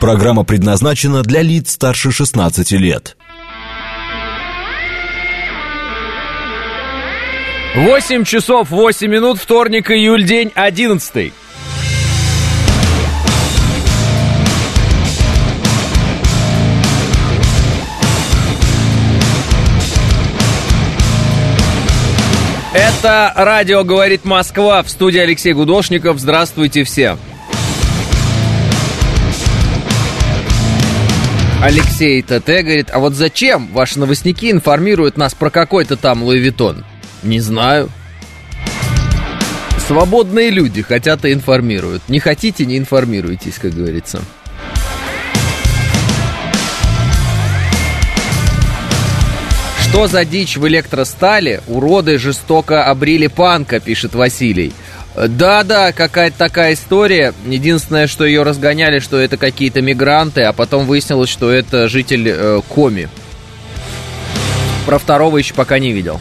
Программа предназначена для лиц старше 16 лет. 8 часов 8 минут, вторник, июль, день 11. Это радио «Говорит Москва», в студии Алексей Гудошников. Здравствуйте все. Алексей ТТ говорит: а вот зачем ваши новостники информируют нас про какой-то там Луи Виттон? Не знаю. Свободные люди хотят и информируют. Не хотите, не информируйтесь, как говорится. Что за дичь в электростали? Уроды жестоко обрили панка, пишет Василий. Да-да, какая-то такая история. Единственное, что ее разгоняли, что это какие-то мигранты, а потом выяснилось, что это житель Коми. Про второго еще пока не видел.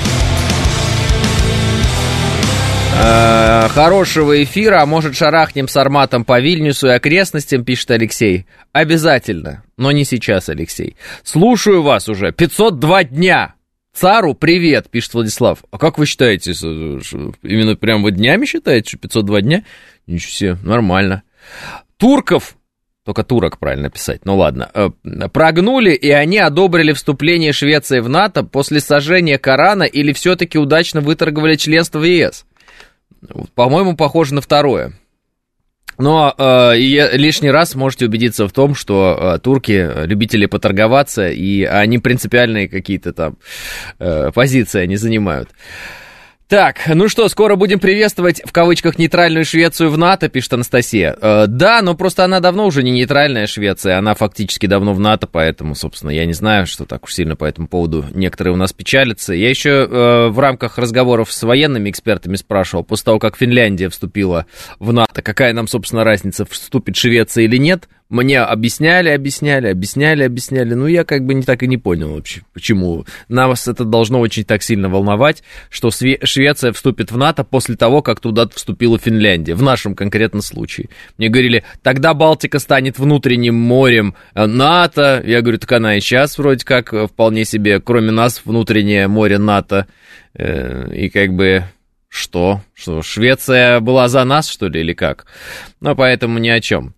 Хорошего эфира, а может шарахнем с Арматом по Вильнюсу и окрестностям, пишет Алексей. Обязательно, но не сейчас, Алексей. Слушаю вас уже 502 дня. Цару привет, пишет Владислав. А как вы считаете, именно прям вы днями считаете, что 502 дня? Ничего себе, нормально. Турков, только турок правильно писать, ну ладно, прогнули, и они одобрили вступление Швеции в НАТО после сожжения Корана, или все-таки удачно выторговали членство в ЕС? По-моему, похоже на второе. Но лишний раз можете убедиться в том, что турки любители поторговаться, и они принципиальные какие-то там позиции они занимают. Так, ну что, скоро будем приветствовать, в кавычках, нейтральную Швецию в НАТО, пишет Анастасия. Да, но просто она давно уже не нейтральная Швеция, она фактически давно в НАТО, поэтому, собственно, я не знаю, что так уж сильно по этому поводу некоторые у нас печалятся. Я еще в рамках разговоров с военными экспертами спрашивал, после того, как Финляндия вступила в НАТО, какая нам, собственно, разница, вступит Швеция или нет. Мне объясняли, ну я как бы не так и не понял вообще, почему. Нас это должно очень так сильно волновать, что Швеция вступит в НАТО после того, как туда вступила Финляндия, в нашем конкретном случае. Мне говорили, тогда Балтика станет внутренним морем НАТО. Я говорю, так она и сейчас вроде как вполне себе, кроме нас, внутреннее море НАТО. И как бы... Что, Швеция была за нас, что ли, или как? Ну, поэтому ни о чем.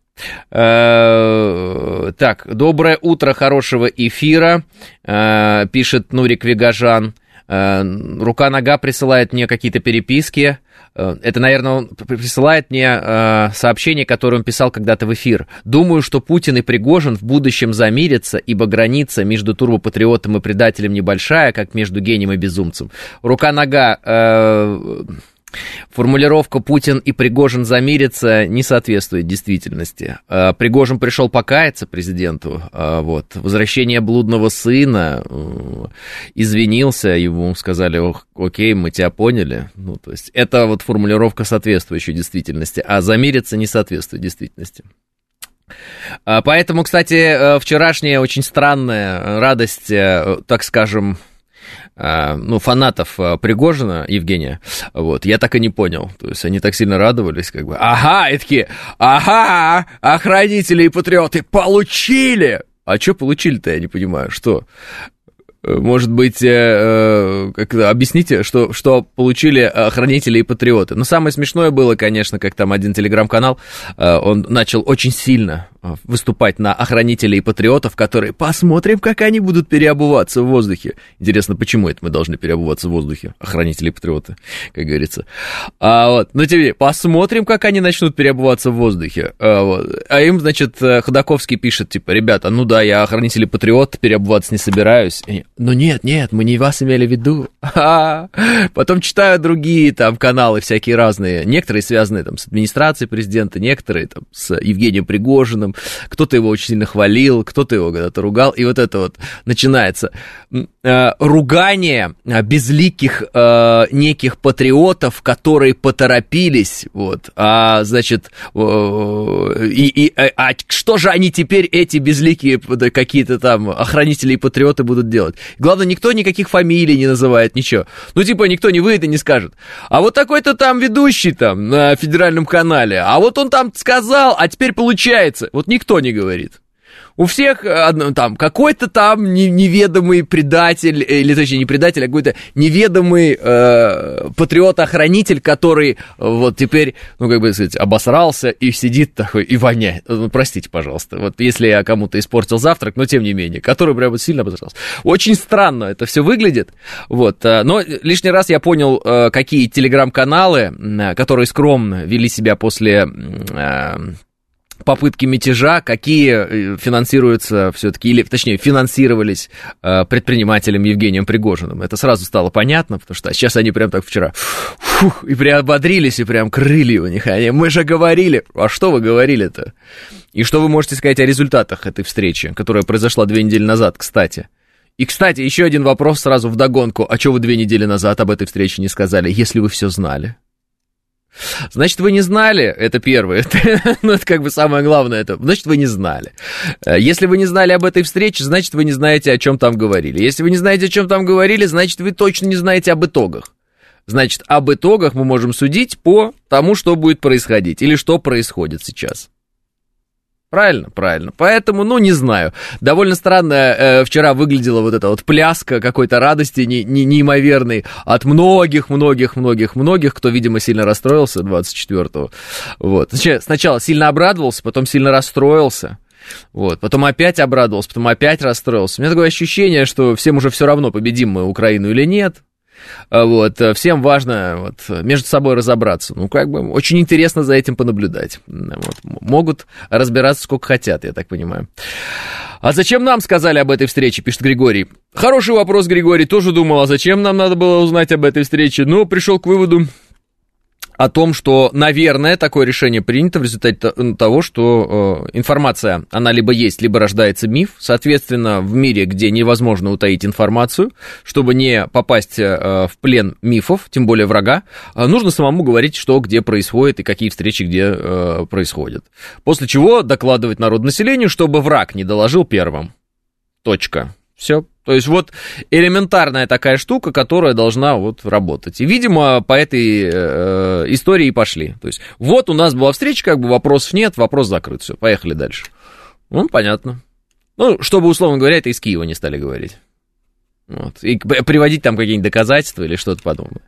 Так, доброе утро, хорошего эфира, пишет Нурик Вегажан. Рука-нога присылает мне какие-то переписки. Это, наверное, он присылает мне сообщение, которое он писал когда-то в эфир. Думаю, что Путин и Пригожин в будущем замирятся, ибо граница между турбопатриотом и предателем небольшая, как между гением и безумцем. Рука-нога... Формулировка «Путин и Пригожин замирятся» не соответствует действительности. Пригожин пришел покаяться президенту, вот, возвращение блудного сына, извинился, ему сказали, окей, мы тебя поняли. Ну, то есть это вот формулировка, соответствующая действительности, а замириться не соответствует действительности. Поэтому, кстати, вчерашняя очень странная радость, так скажем, фанатов Пригожина, Евгения, вот, я так и не понял, то есть они так сильно радовались, как бы, ага, и такие, ага, охранители и патриоты получили, а что получили-то, я не понимаю, что... Может быть, объясните, что получили охранители и патриоты. Но самое смешное было, конечно, как там один телеграм-канал, он начал очень сильно выступать на охранителей и патриотов, которые посмотрим, как они будут переобуваться в воздухе. Интересно, почему это мы должны переобуваться в воздухе, охранители и патриоты, как говорится. Ну, теперь посмотрим, как они начнут переобуваться в воздухе. А им, значит, Ходаковский пишет, типа, ребята, ну да, я охранитель и патриот, переобуваться не собираюсь. Ну нет, мы не вас имели в виду. Потом читаю другие там каналы всякие разные, некоторые связаны там с администрацией президента, некоторые там с Евгением Пригожиным, кто-то его очень сильно хвалил, кто-то его когда-то ругал, и вот это вот начинается ругание безликих неких патриотов, которые поторопились, вот, значит, что же они теперь, эти безликие какие-то там охранители и патриоты будут делать? Главное, никто никаких фамилий не называет, ничего. Ну, типа, никто не выйдет и не скажет. А вот такой-то там ведущий там на федеральном канале, а вот он там сказал, а теперь получается. Вот никто не говорит. У всех там какой-то там неведомый предатель, или точнее не предатель, а какой-то неведомый патриот-охранитель, который вот теперь, ну как бы сказать, обосрался и сидит такой и воняет. Ну, простите, пожалуйста, вот если я кому-то испортил завтрак, но тем не менее, который прям вот сильно обосрался. Очень странно это все выглядит, вот, но лишний раз я понял, какие телеграм-каналы, которые скромно вели себя после... попытки мятежа, какие финансируются все-таки, или, точнее, финансировались предпринимателем Евгением Пригожиным. Это сразу стало понятно, потому что сейчас они прям так вчера и приободрились, и прям крылья у них. Мы же говорили. А что вы говорили-то? И что вы можете сказать о результатах этой встречи, которая произошла 2 недели назад, кстати? И, кстати, еще один вопрос сразу вдогонку. А что вы 2 недели назад об этой встрече не сказали, если вы все знали? Значит, вы не знали, это первое, ну, это как бы самое главное, это, значит, вы не знали. Если вы не знали об этой встрече, значит, вы не знаете, о чем там говорили. Если вы не знаете, о чем там говорили, значит, вы точно не знаете об итогах. Значит, об итогах мы можем судить по тому, что будет происходить, или что происходит сейчас. Правильно, правильно. Поэтому, ну, не знаю. Довольно странно вчера выглядела вот эта вот пляска какой-то радости неимоверной от многих, кто, видимо, сильно расстроился 24-го. Вот. Сначала сильно обрадовался, потом сильно расстроился. Вот. Потом опять обрадовался, потом опять расстроился. У меня такое ощущение, что всем уже все равно, победим мы Украину или нет. Вот, всем важно вот, между собой разобраться. Ну, как бы, очень интересно за этим понаблюдать. Вот, могут разбираться сколько хотят, я так понимаю. А зачем нам сказали об этой встрече, пишет Григорий. Хороший вопрос, Григорий. Тоже думал, а зачем нам надо было узнать об этой встрече? Но пришел к выводу о том, что, наверное, такое решение принято в результате того, что информация, она либо есть, либо рождается миф. Соответственно, в мире, где невозможно утаить информацию, чтобы не попасть в плен мифов, тем более врага, нужно самому говорить, что где происходит и какие встречи где происходят. После чего докладывать народонаселению, чтобы враг не доложил первым. Точка. Все. То есть вот элементарная такая штука, которая должна вот работать. И, видимо, по этой истории и пошли. То есть вот у нас была встреча, как бы вопросов нет, вопрос закрыт. Все, поехали дальше. Ну, понятно. Ну, чтобы, условно говоря, это из Киева не стали говорить. Вот. И приводить там какие-нибудь доказательства или что-то подобное.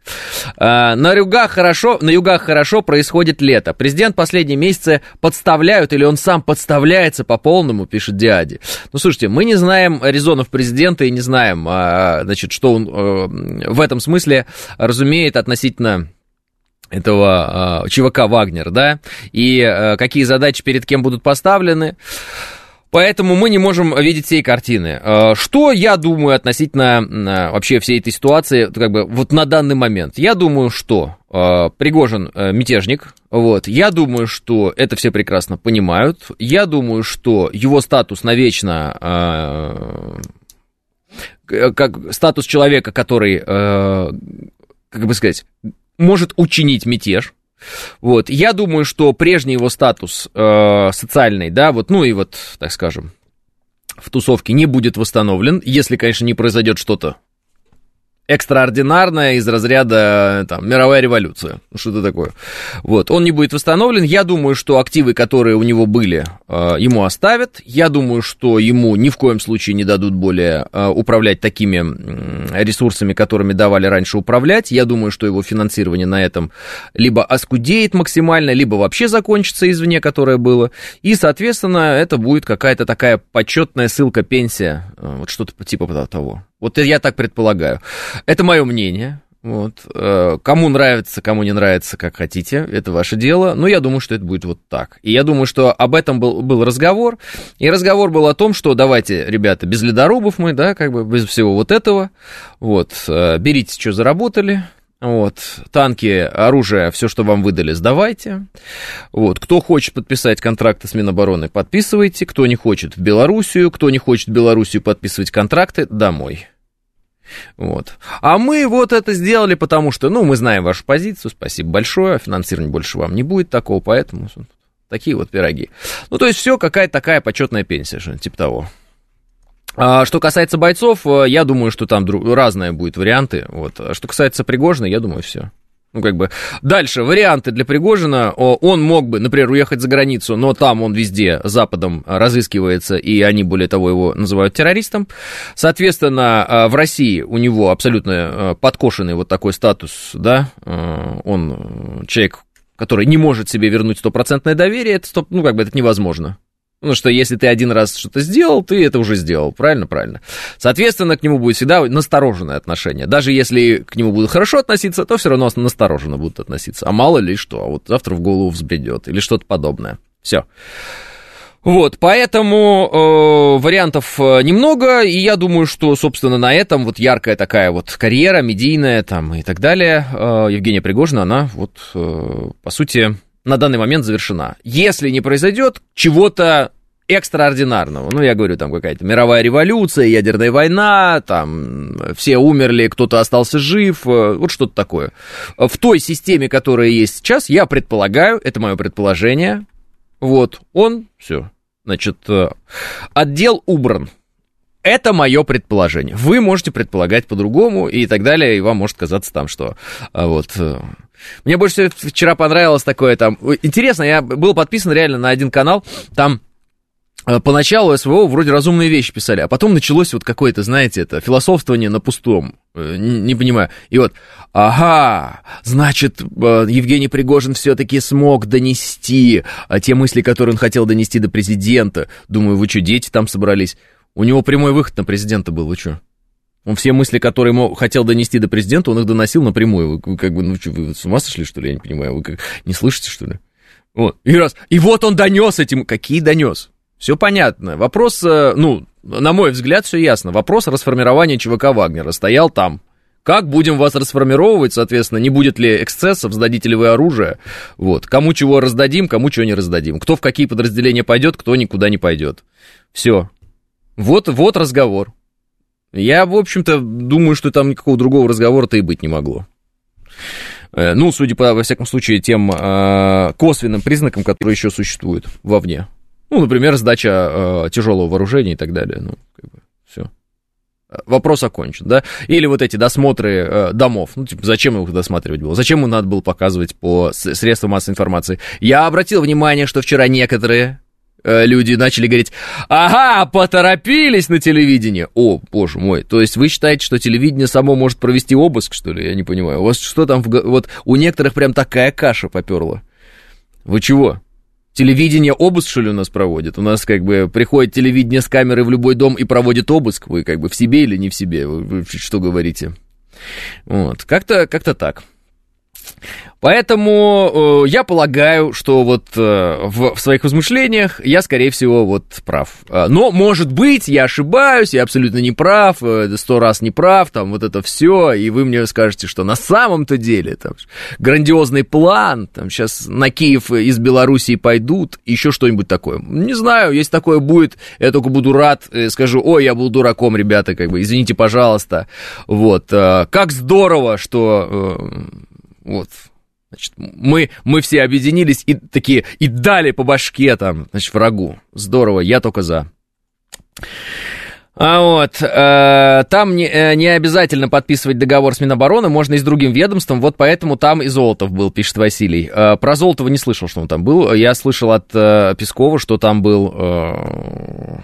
На югах хорошо происходит лето. Президент последние месяцы подставляют, или он сам подставляется по полному, пишет Диади. Ну, слушайте, мы не знаем резонов президента и не знаем, значит, что он в этом смысле разумеет относительно этого ЧВК «Вагнер», да, и какие задачи перед кем будут поставлены. Поэтому мы не можем видеть всей картины. Что я думаю относительно вообще всей этой ситуации, как бы вот на данный момент? Я думаю, что Пригожин мятежник, вот. Я думаю, что это все прекрасно понимают. Я думаю, что его статус навечно, как статус человека, который, как бы сказать, может учинить мятеж. Вот, я думаю, что прежний его статус социальный, да, вот, ну и вот, так скажем, в тусовке не будет восстановлен, если, конечно, не произойдет что-то экстраординарное из разряда, там, мировая революция, что-то такое. Вот, он не будет восстановлен. Я думаю, что активы, которые у него были, ему оставят. Я думаю, что ему ни в коем случае не дадут более управлять такими ресурсами, которыми давали раньше управлять. Я думаю, что его финансирование на этом либо оскудеет максимально, либо вообще закончится извне, которое было. И, соответственно, это будет какая-то такая почетная ссылка, пенсия, вот что-то типа того. Вот я так предполагаю. Это мое мнение. Вот. Кому нравится, кому не нравится, как хотите, это ваше дело. Но я думаю, что это будет вот так. И я думаю, что об этом был разговор. И разговор был о том, что давайте, ребята, без ледорубов мы, да, как бы без всего вот этого. Вот. Берите, что заработали. Вот, танки, оружие, все, что вам выдали, сдавайте. Вот, кто хочет подписать контракты с Минобороны, подписывайте. Кто не хочет, в Белоруссию. Кто не хочет в Белоруссию подписывать контракты, домой. Вот. А мы вот это сделали, потому что, ну, мы знаем вашу позицию, спасибо большое, финансирования больше вам не будет такого, поэтому такие вот пироги. Ну, то есть все, какая-то такая почетная пенсия, что-нибудь типа того. Что касается бойцов, я думаю, что там разные будут варианты. Вот. А что касается Пригожина, я думаю, все. Ну, как бы. Дальше, варианты для Пригожина. Он мог бы, например, уехать за границу, но там он везде Западом разыскивается, и они, более того, его называют террористом. Соответственно, в России у него абсолютно подкошенный вот такой статус, да, он человек, который не может себе вернуть стопроцентное доверие, это, ну, как бы это невозможно. Ну, что если ты один раз что-то сделал, ты это уже сделал, правильно? Правильно. Соответственно, к нему будет всегда настороженное отношение. Даже если к нему будут хорошо относиться, то все равно настороженно будут относиться. А мало ли что, а вот завтра в голову взбредет или что-то подобное. Все. Вот, поэтому вариантов немного, и я думаю, что, собственно, на этом вот яркая такая вот карьера, медийная там и так далее, Евгения Пригожина, она вот, по сути, на данный момент завершена. Если не произойдет чего-то экстраординарного, ну, я говорю, там какая-то мировая революция, ядерная война, там все умерли, кто-то остался жив, вот что-то такое. В той системе, которая есть сейчас, я предполагаю, это мое предположение, вот, он, все, значит, отдел убран. Это мое предположение. Вы можете предполагать по-другому и так далее, и вам может казаться там, что вот... Мне больше всего вчера понравилось такое там... Интересно, я был подписан реально на один канал, там поначалу СВО вроде разумные вещи писали, а потом началось вот какое-то, знаете, это философствование на пустом, не понимаю. И вот, ага, значит, Евгений Пригожин все-таки смог донести те мысли, которые он хотел донести до президента. Думаю, вы что, дети там собрались? У него прямой выход на президента был, вы что? Он все мысли, которые хотел донести до президента, он их доносил напрямую. Вы как бы, ну что, вы с ума сошли, что ли? Я не понимаю. Вы как, не слышите, что ли? Вот. И вот он донес этим. Какие донес? Все понятно. Вопрос, ну, на мой взгляд, все ясно. Вопрос расформирования ЧВК Вагнера стоял там. Как будем вас расформировывать, соответственно, не будет ли эксцессов, сдадите ли вы оружие? Вот. Кому чего раздадим, кому чего не раздадим. Кто в какие подразделения пойдет, кто никуда не пойдет. Все. Вот разговор. Я, в общем-то, думаю, что там никакого другого разговора-то и быть не могло. Ну, судя по, во всяком случае, тем косвенным признакам, которые еще существуют вовне. Ну, например, сдача тяжелого вооружения и так далее. Ну, как бы, все. Вопрос окончен, да? Или вот эти досмотры домов. Ну, типа, зачем их досматривать было? Зачем им надо было показывать по средствам массовой информации? Я обратил внимание, что вчера некоторые... люди начали говорить, ага, поторопились на телевидении. О, боже мой, то есть вы считаете, что телевидение само может провести обыск, что ли? Я не понимаю. У вас что там, вот у некоторых прям такая каша поперла. Вы чего? Телевидение обыск, что ли, у нас проводит? У нас как бы приходит телевидение с камерой в любой дом и проводит обыск. Вы как бы в себе или не в себе? Вы что говорите? Вот, как-то так. Поэтому я полагаю, что вот в своих возмышлениях я, скорее всего, вот прав. Но, может быть, я ошибаюсь, я абсолютно не прав, 100 раз не прав, там вот это все, и вы мне скажете, что на самом-то деле там грандиозный план, там сейчас на Киев из Белоруссии пойдут, еще что-нибудь такое. Не знаю, если такое будет, я только буду рад, скажу, ой, я был дураком, ребята, как бы, извините, пожалуйста. Вот, как здорово, что... Вот, значит, мы все объединились и такие, и дали по башке там, значит, врагу. Здорово, я только за. Там не обязательно подписывать договор с Минобороны, можно и с другим ведомством, вот поэтому там и Золотов был, пишет Василий. Про Золотова не слышал, что он там был, я слышал от Пескова, что там был...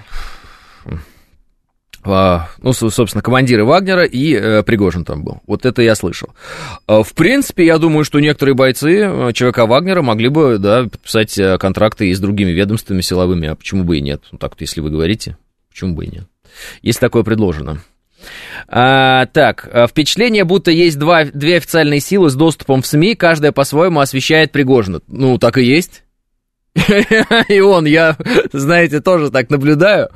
ну, собственно, командиры Вагнера и Пригожин там был. Вот это я слышал. В принципе, я думаю, что некоторые бойцы ЧВК Вагнера могли бы, да, подписать контракты и с другими ведомствами силовыми, а почему бы и нет? Ну, так-то, если вы говорите, почему бы и нет? Если такое предложено. Так, впечатление, будто есть две официальные силы с доступом в СМИ, каждая по-своему освещает Пригожина. Ну, так и есть. И я, знаете, тоже так наблюдаю.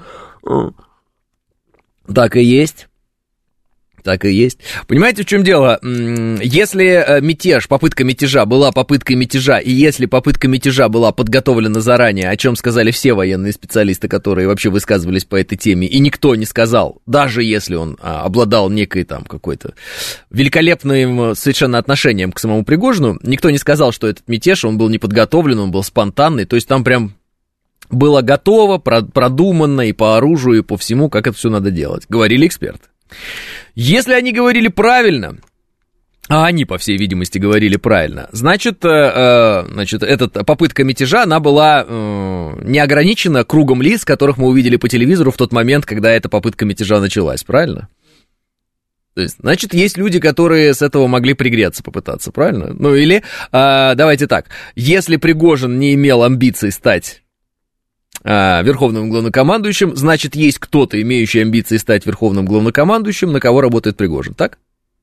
Так и есть. Так и есть. Понимаете, в чем дело? Если мятеж, попытка мятежа была попыткой мятежа, и если попытка мятежа была подготовлена заранее, о чем сказали все военные специалисты, которые вообще высказывались по этой теме, и никто не сказал, даже если он обладал некой там какой-то великолепным совершенно отношением к самому Пригожину, никто не сказал, что этот мятеж, он был не подготовлен, он был спонтанный, то есть там прям... было готово, продумано и по оружию, и по всему, как это все надо делать. Говорили эксперты. Если они говорили правильно, А они, по всей видимости, говорили правильно. Значит, эта попытка мятежа, она была не ограничена кругом лиц, которых мы увидели по телевизору в тот момент, когда эта попытка мятежа началась, правильно? То есть, значит, есть люди, которые с этого могли пригреться, попытаться, правильно? Ну, или, давайте так, если Пригожин не имел амбиций стать верховным главнокомандующим, значит, есть кто-то, имеющий амбиции стать верховным главнокомандующим, на кого работает Пригожин, так?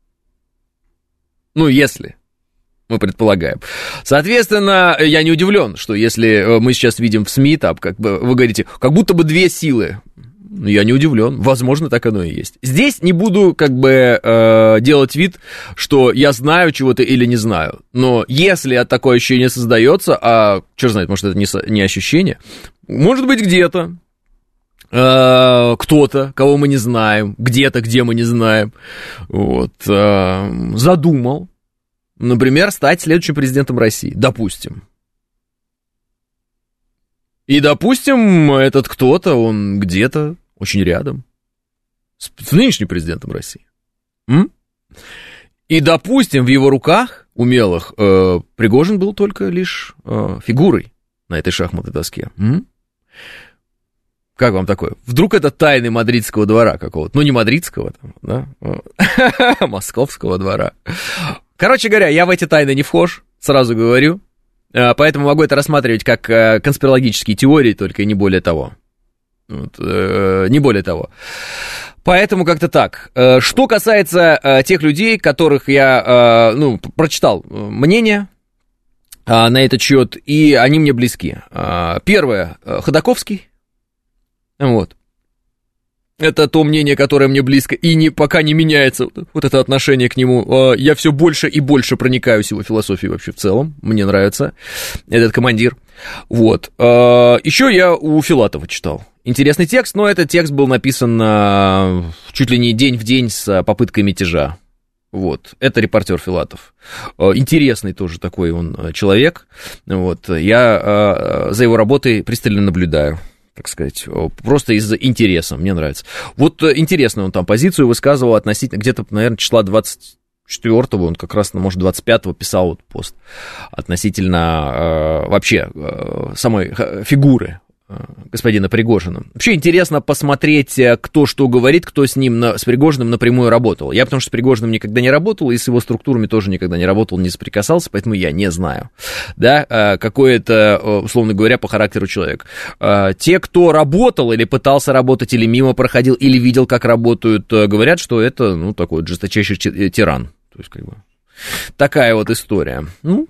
Ну, если мы предполагаем. Соответственно, я не удивлен, что если мы сейчас видим в СМИ, там, как бы вы говорите, как будто бы две силы. Я не удивлен, возможно, так оно и есть. Здесь не буду как бы делать вид, что я знаю чего-то или не знаю. Но если такое ощущение создается, а черт знает, может, это не ощущение, может быть, где-то кто-то, кого мы не знаем, где-то, где мы не знаем, вот, задумал, например, стать следующим президентом России, допустим. И, допустим, этот кто-то, он где-то очень рядом с нынешним президентом России. И, допустим, в его руках умелых Пригожин был только лишь фигурой на этой шахматной доске. Как вам такое? Вдруг это тайны мадридского двора какого-то? Ну, не мадридского, там, да? Московского двора. Короче говоря, я в эти тайны не вхож, сразу говорю. Поэтому могу это рассматривать как конспирологические теории, только и не более того. Вот, не более того. Поэтому как-то так. Что касается тех людей, которых я прочитал мнение на этот счет, и они мне близки. Первое, Ходорковский. Вот. Это то мнение, которое мне близко, и пока не меняется вот это отношение к нему. Я все больше и больше проникаюсь его философией вообще в целом. Мне нравится этот командир. Вот. Еще я у Филатова читал. Интересный текст, но этот текст был написан чуть ли не день в день с попыткой мятежа. Вот. Это репортер Филатов. Интересный тоже такой он человек. Вот. Я за его работой пристально наблюдаю, так сказать, просто из-за интереса, мне нравится. Вот интересную он там позицию высказывал относительно, где-то, наверное, числа 24-го, он как раз, может, 25-го писал вот пост относительно вообще самой фигуры господина Пригожина. Вообще интересно посмотреть, кто что говорит, кто с Пригожиным напрямую работал. Я потому что с Пригожиным никогда не работал, и с его структурами тоже никогда не работал, не соприкасался, поэтому я не знаю, да, какой это, условно говоря, по характеру человек. Те, кто работал или пытался работать, или мимо проходил, или видел, как работают, говорят, что это, ну, такой жесточайший тиран. То есть, как бы, такая вот история.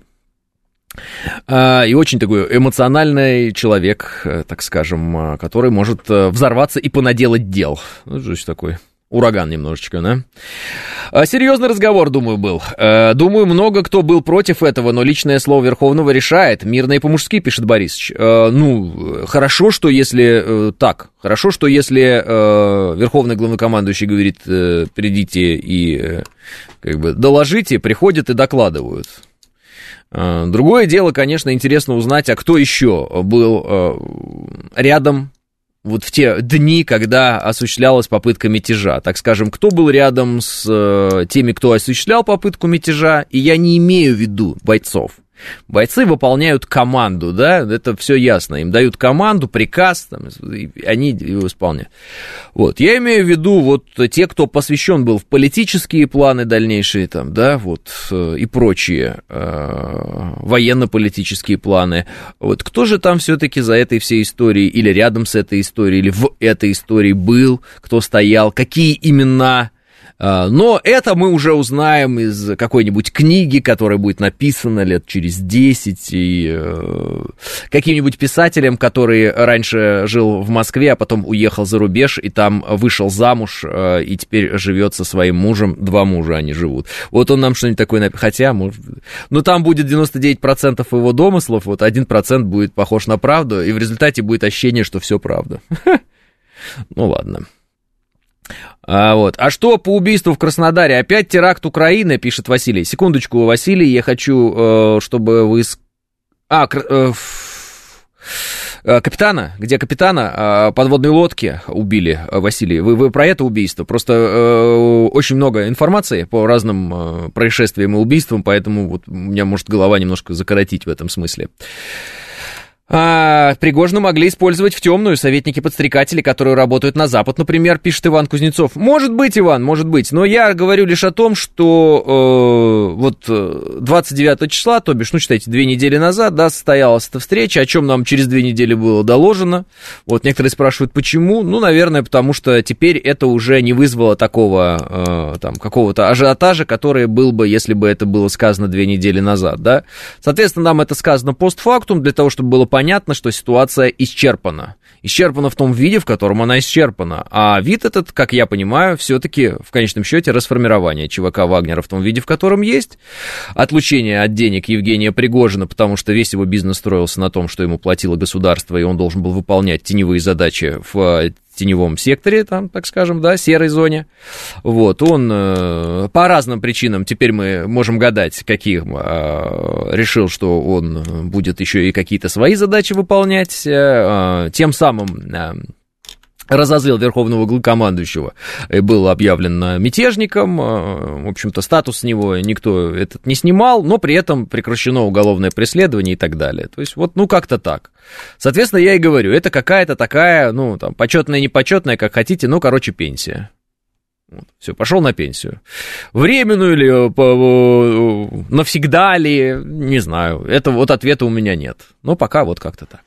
И очень такой эмоциональный человек, так скажем, который может взорваться и понаделать дел. Ну, то есть такой ураган немножечко, да? Серьезный разговор, думаю, был. Думаю, много кто был против этого, но личное слово Верховного решает. Мирно и по-мужски, пишет Борисович. Ну, хорошо, что если так. Хорошо, что если Верховный главнокомандующий говорит, придите и как бы доложите, приходят и докладывают. Другое дело, конечно, интересно узнать, а кто еще был рядом вот в те дни, когда осуществлялась попытка мятежа. Так скажем, кто был рядом с теми, кто осуществлял попытку мятежа, и я не имею в виду бойцов. Бойцы выполняют команду, да, это все ясно, им дают команду, приказ, там, и они его исполняют. Вот, я имею в виду вот те, кто посвящен был в политические планы дальнейшие, там, да, вот, и прочие военно-политические планы. Вот, кто же там все-таки за этой всей историей, или рядом с этой историей, или в этой истории был, кто стоял, какие имена. Но это мы уже узнаем из какой-нибудь книги, которая будет написана лет через 10, и каким-нибудь писателем, который раньше жил в Москве, а потом уехал за рубеж, и там вышел замуж, и теперь живет со своим мужем. 2 мужа они живут. Вот он нам что-нибудь такое напишет. Хотя, может... Ну, там будет 99% его домыслов, вот 1% будет похож на правду, и в результате будет ощущение, что все правда. Ну, ладно. Вот. А что по убийству в Краснодаре? Опять теракт Украины, пишет Василий. Секундочку, Василий, я хочу, чтобы вы... Капитана? Где капитана? Подводной лодки убили, Василий. Вы про это убийство? Просто очень много информации по разным происшествиям и убийствам, поэтому вот у меня может голова немножко закоротить в этом смысле. Пригожина могли использовать в темную советники-подстрекатели, которые работают на Запад, например, пишет Иван Кузнецов. Может быть, Иван, может быть, но я говорю лишь о том, что вот 29 числа, то бишь, ну, считайте, 2 недели назад, да, состоялась эта встреча, о чем нам через 2 недели было доложено. Вот некоторые спрашивают, почему? Ну, наверное, потому что теперь это уже не вызвало такого, там, какого-то ажиотажа, который был бы, если бы это было сказано 2 недели назад, да. Соответственно, нам это сказано постфактум, для того, чтобы было понятно, что ситуация исчерпана. Исчерпана в том виде, в котором она исчерпана. А вид этот, как я понимаю, все-таки в конечном счете расформирование ЧВК Вагнера в том виде, в котором есть. Отлучение от денег Евгения Пригожина, потому что весь его бизнес строился на том, что ему платило государство, и он должен был выполнять теневые задачи в теневом секторе, там, так скажем, да, серой зоне. Вот, он по разным причинам, теперь мы можем гадать, каким, решил, что он будет еще и какие-то свои задачи выполнять, тем самым разозлил верховного главнокомандующего и был объявлен мятежником. В общем-то, статус с него никто этот не снимал, но при этом прекращено уголовное преследование и так далее. То есть, вот, ну, как-то так. Соответственно, я и говорю, это какая-то такая, ну, там, почетная, непочетная, как хотите, ну, короче, пенсия. Вот, все, пошел на пенсию. Временную ли, навсегда ли, не знаю. Это вот ответа у меня нет. Но пока вот как-то так.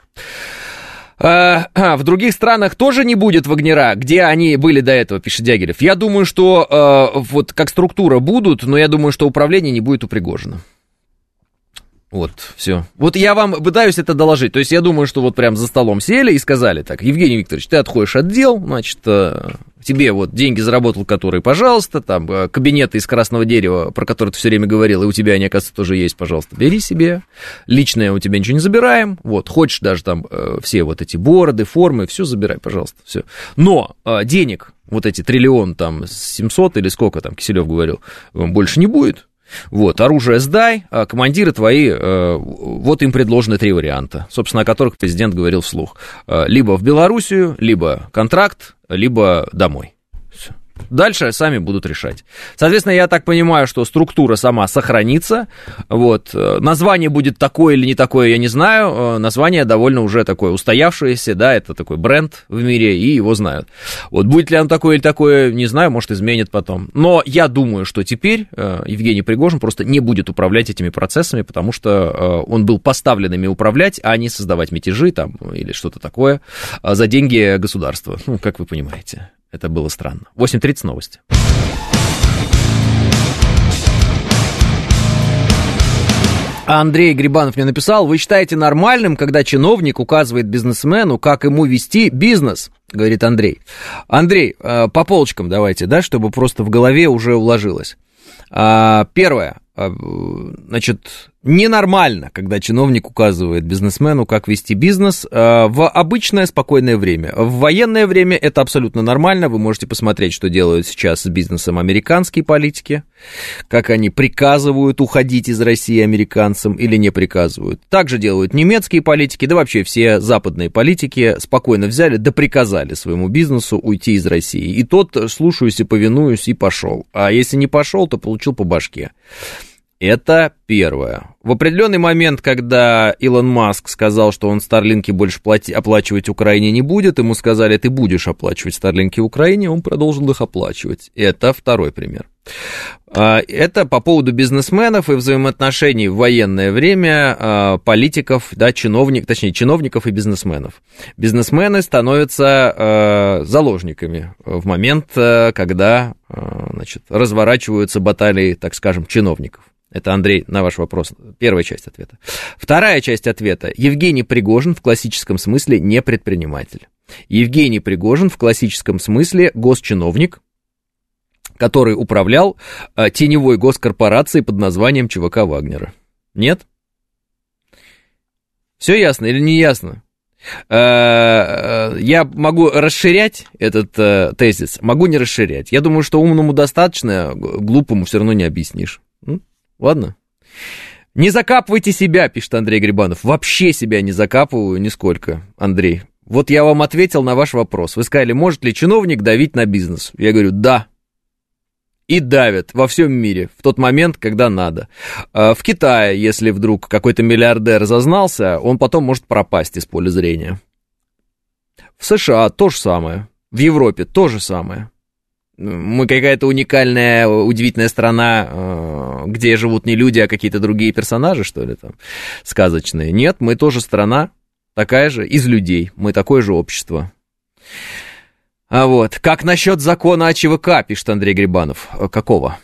В других странах тоже не будет Вагнера, где они были до этого, пишет Дягилев. Я думаю, что вот как структура будут, но я думаю, что управления не будет у Пригожина. Вот, все. Вот я вам пытаюсь это доложить. То есть я думаю, что вот прям за столом сели и сказали так: Евгений Викторович, ты отходишь от дел, значит, тебе вот деньги заработал, которые, пожалуйста, там, кабинеты из красного дерева, про которые ты все время говорил, и у тебя они, оказывается, тоже есть, пожалуйста, бери себе. Личное у тебя ничего не забираем. Вот, хочешь даже там все вот эти бороды, формы, все забирай, пожалуйста, все. Но денег, вот эти 1 триллион, там, 700 или сколько там Киселев говорил, больше не будет. Вот, оружие сдай, а командиры твои, вот им предложены 3 варианта, собственно, о которых президент говорил вслух. Либо в Белоруссию, либо контракт, либо домой. Дальше сами будут решать. Соответственно, я так понимаю, что структура сама сохранится. Вот. Название будет такое или не такое, я не знаю. Название довольно уже такое устоявшееся, да, это такой бренд в мире, и его знают. Вот будет ли оно такое или такое, не знаю, может, изменит потом. Но я думаю, что теперь Евгений Пригожин просто не будет управлять этими процессами, потому что он был поставлен ими управлять, а не создавать мятежи там или что-то такое за деньги государства. Ну, как вы понимаете. Это было странно. 8:30 новости. Андрей Грибанов мне написал: вы считаете нормальным, когда чиновник указывает бизнесмену, как ему вести бизнес? Говорит Андрей. Андрей, по полочкам давайте, да, чтобы просто в голове уже уложилось. Первое. Значит, ненормально, когда чиновник указывает бизнесмену, как вести бизнес в обычное спокойное время. В военное время это абсолютно нормально. Вы можете посмотреть, что делают сейчас с бизнесом американские политики, как они приказывают уходить из России американцам или не приказывают. Также делают немецкие политики, да вообще все западные политики спокойно взяли, да приказали своему бизнесу уйти из России. И тот, слушаюсь и повинуюсь, и пошел. А если не пошел, то получил по башке. Это первое. В определенный момент, когда Илон Маск сказал, что он Старлинки больше оплачивать Украине не будет, ему сказали: ты будешь оплачивать Старлинки Украине, он продолжил их оплачивать. Это второй пример. Это по поводу бизнесменов и взаимоотношений в военное время политиков, да, чиновников и бизнесменов. Бизнесмены становятся заложниками в момент, когда, значит, разворачиваются баталии, так скажем, чиновников. Это, Андрей, на ваш вопрос, первая часть ответа. Вторая часть ответа. Евгений Пригожин в классическом смысле не предприниматель. Евгений Пригожин в классическом смысле госчиновник, который управлял теневой госкорпорацией под названием ЧВК Вагнера. Нет? Все ясно или не ясно? Я могу расширять этот тезис, могу не расширять. Я думаю, что умному достаточно, глупому все равно не объяснишь. Ладно? Не закапывайте себя, пишет Андрей Грибанов. Вообще себя не закапываю нисколько, Андрей. Вот я вам ответил на ваш вопрос. Вы сказали, может ли чиновник давить на бизнес? Я говорю, да. И давят во всем мире в тот момент, когда надо. В Китае, если вдруг какой-то миллиардер зазнался, он потом может пропасть из поля зрения. В США то же самое. В Европе то же самое. Мы какая-то уникальная, удивительная страна, где живут не люди, а какие-то другие персонажи, что ли, там, сказочные. Нет, мы тоже страна, такая же, из людей. Мы такое же общество. А вот, как насчет закона о ЧВК, пишет Андрей Грибанов. Какого?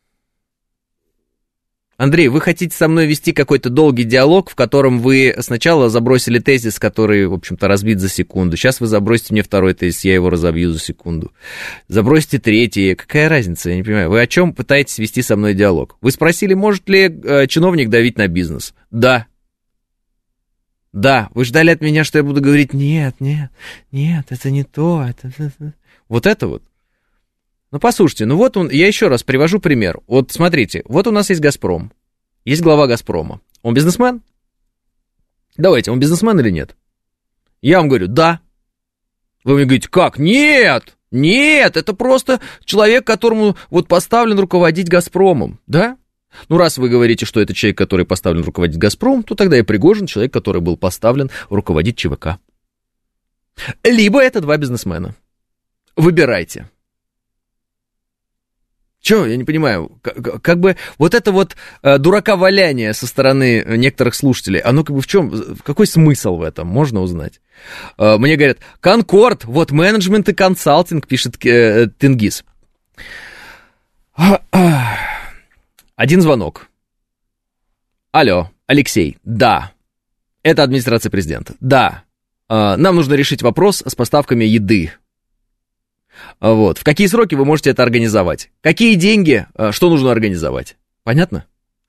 Андрей, вы хотите со мной вести какой-то долгий диалог, в котором вы сначала забросили тезис, который, в общем-то, разбит за секунду. Сейчас вы забросите мне второй тезис, я его разобью за секунду. Забросите третий. Какая разница, я не понимаю. Вы о чем пытаетесь вести со мной диалог? Вы спросили, может ли чиновник давить на бизнес? Да. Да. Вы ждали от меня, что я буду говорить, нет, это не то. Вот это вот. Ну, послушайте, ну вот я еще раз привожу пример. Вот смотрите, вот у нас есть «Газпром», есть глава «Газпрома». Он бизнесмен? Давайте, он бизнесмен или нет? Я вам говорю, да. Вы мне говорите, как? Нет, это просто человек, которому вот поставлен руководить «Газпромом», да? Ну, раз вы говорите, что это человек, который поставлен руководить «Газпром», то тогда и Пригожин человек, который был поставлен руководить ЧВК. Либо это два бизнесмена. Выбирайте. Чё, я не понимаю, как бы вот это вот дураковаляние со стороны некоторых слушателей, оно как бы в чем, какой смысл в этом, можно узнать? Мне говорят, Конкорд, вот менеджмент и консалтинг, пишет Тенгиз. Один звонок. Алло, Алексей, да, это администрация президента, да, нам нужно решить вопрос с поставками еды. Вот. В какие сроки вы можете это организовать? Какие деньги, что нужно организовать? Понятно?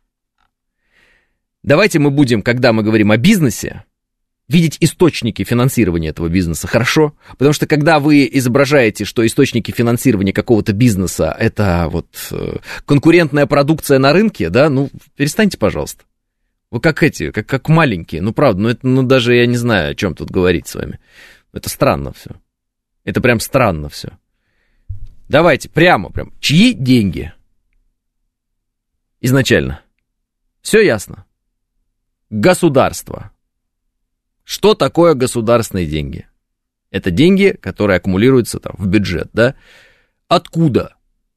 Давайте мы будем, когда мы говорим о бизнесе, видеть источники финансирования этого бизнеса, хорошо? Потому что когда вы изображаете, что источники финансирования какого-то бизнеса это вот конкурентная продукция на рынке, да, ну, перестаньте, пожалуйста. Вы как маленькие, ну, правда, это даже я не знаю, о чем тут говорить с вами. Это странно все. Это прям странно все. Давайте прямо. Чьи деньги? Изначально. Все ясно. Государство. Что такое государственные деньги? Это деньги, которые аккумулируются там в бюджет, да? Откуда?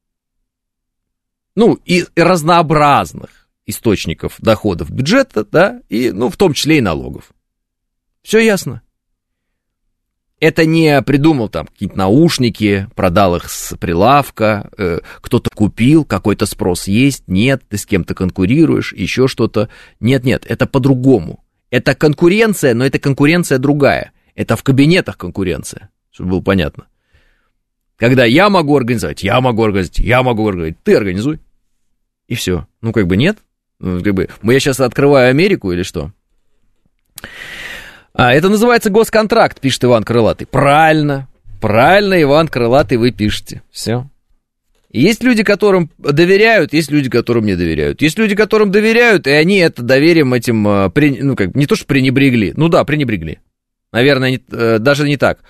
Ну, из разнообразных источников доходов бюджета, да, и, ну, в том числе и налогов. Все ясно. Это не придумал там какие-то наушники, продал их с прилавка, кто-то купил, какой-то спрос есть, нет, ты с кем-то конкурируешь, еще что-то. Нет, это по-другому. Это конкуренция, но это конкуренция другая. Это в кабинетах конкуренция, чтобы было понятно. Когда я могу организовать, ты организуй. И все. Ну, как бы нет. Ну, как бы, я сейчас открываю Америку или что? Это называется госконтракт, пишет Иван Крылатый. Правильно, Иван Крылатый, вы пишете. Все. Есть люди, которым доверяют, есть люди, которым не доверяют. Есть люди, которым доверяют, и они это доверием этим, ну, как, не то что пренебрегли, ну да, пренебрегли. Наверное, даже не так.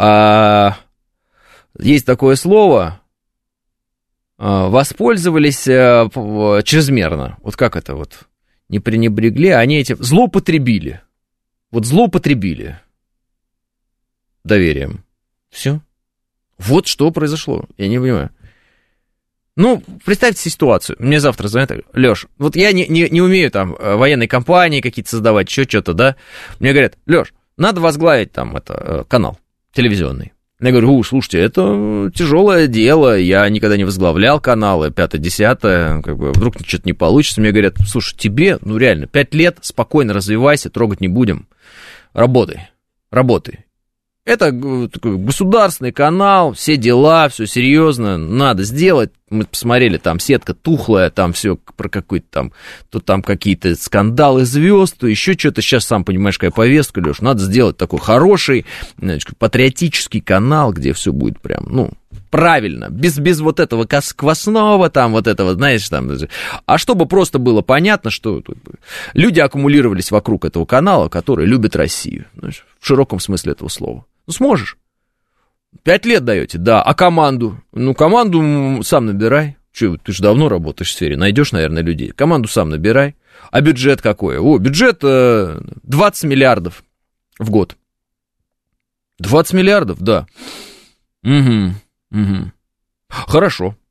Есть такое слово, воспользовались чрезмерно. Вот как это вот? Не пренебрегли, а они этим злоупотребили. Вот злоупотребили доверием. Все. Вот что произошло. Я не понимаю. Ну, представьте себе ситуацию. Мне завтра звонят, Лёш, вот я не умею там военные компании какие-то создавать, еще что-то, да. Мне говорят, Лёш, надо возглавить там канал телевизионный. Я говорю, слушайте, это тяжелое дело, я никогда не возглавлял каналы, 5-10, как бы вдруг что-то не получится. Мне говорят, слушай, тебе, ну реально, 5 лет, спокойно развивайся, трогать не будем. Работай. Это государственный канал, все дела, все серьезно, надо сделать. Мы посмотрели, там сетка тухлая, там все про какой-то там, то там какие-то скандалы звезд, то еще что-то. Сейчас, сам понимаешь, какая повестка, Леш, надо сделать такой хороший, значит, патриотический канал, где все будет прям, ну, правильно, без вот этого квасного, там, вот этого, знаешь, там, а чтобы просто было понятно, что люди аккумулировались вокруг этого канала, который любит Россию, знаешь, в широком смысле этого слова. Ну, сможешь. 5 лет даете, да, а команду? Ну, команду сам набирай. Че, ты же давно работаешь в сфере, найдешь, наверное, людей. Команду сам набирай. А бюджет какой? О, бюджет 20 миллиардов в год. 20 миллиардов, да. Угу. Хорошо.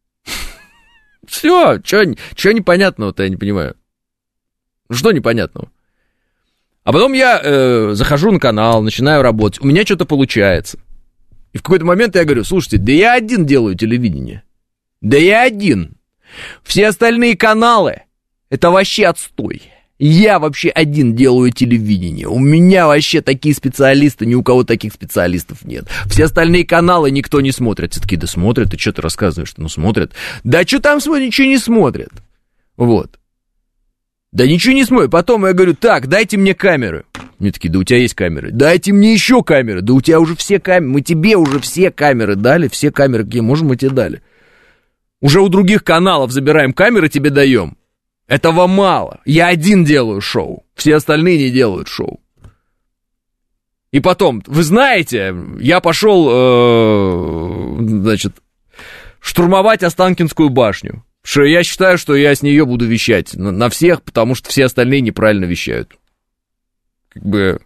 Все, что непонятного-то, я не понимаю. Что непонятного? А потом я захожу на канал, начинаю работать, у меня что-то получается. И в какой-то момент я говорю, слушайте, да я один делаю телевидение. Да я один. Все остальные каналы, это вообще отстой. Я вообще один делаю телевидение. У меня вообще такие специалисты, ни у кого таких специалистов нет. Все остальные каналы никто не смотрит. Все такие, да смотрят, ты что ты рассказываешь? Ну, смотрят. Да что там смотрят? Ничего не смотрят. Вот. Да ничего не смотрят. Потом я говорю, так, дайте мне камеры. Мне такие, да у тебя есть камеры. Дайте мне еще камеры. Да у тебя уже все камеры. Мы тебе уже все камеры дали. Все камеры, какие можем, мы тебе дали. Уже у других каналов забираем камеры, тебе даем. Этого мало. Я один делаю шоу. Все остальные не делают шоу. И потом, вы знаете, я пошел, значит, штурмовать Останкинскую башню. Что я считаю, что я с нее буду вещать на всех, потому что все остальные неправильно вещают. Как бы...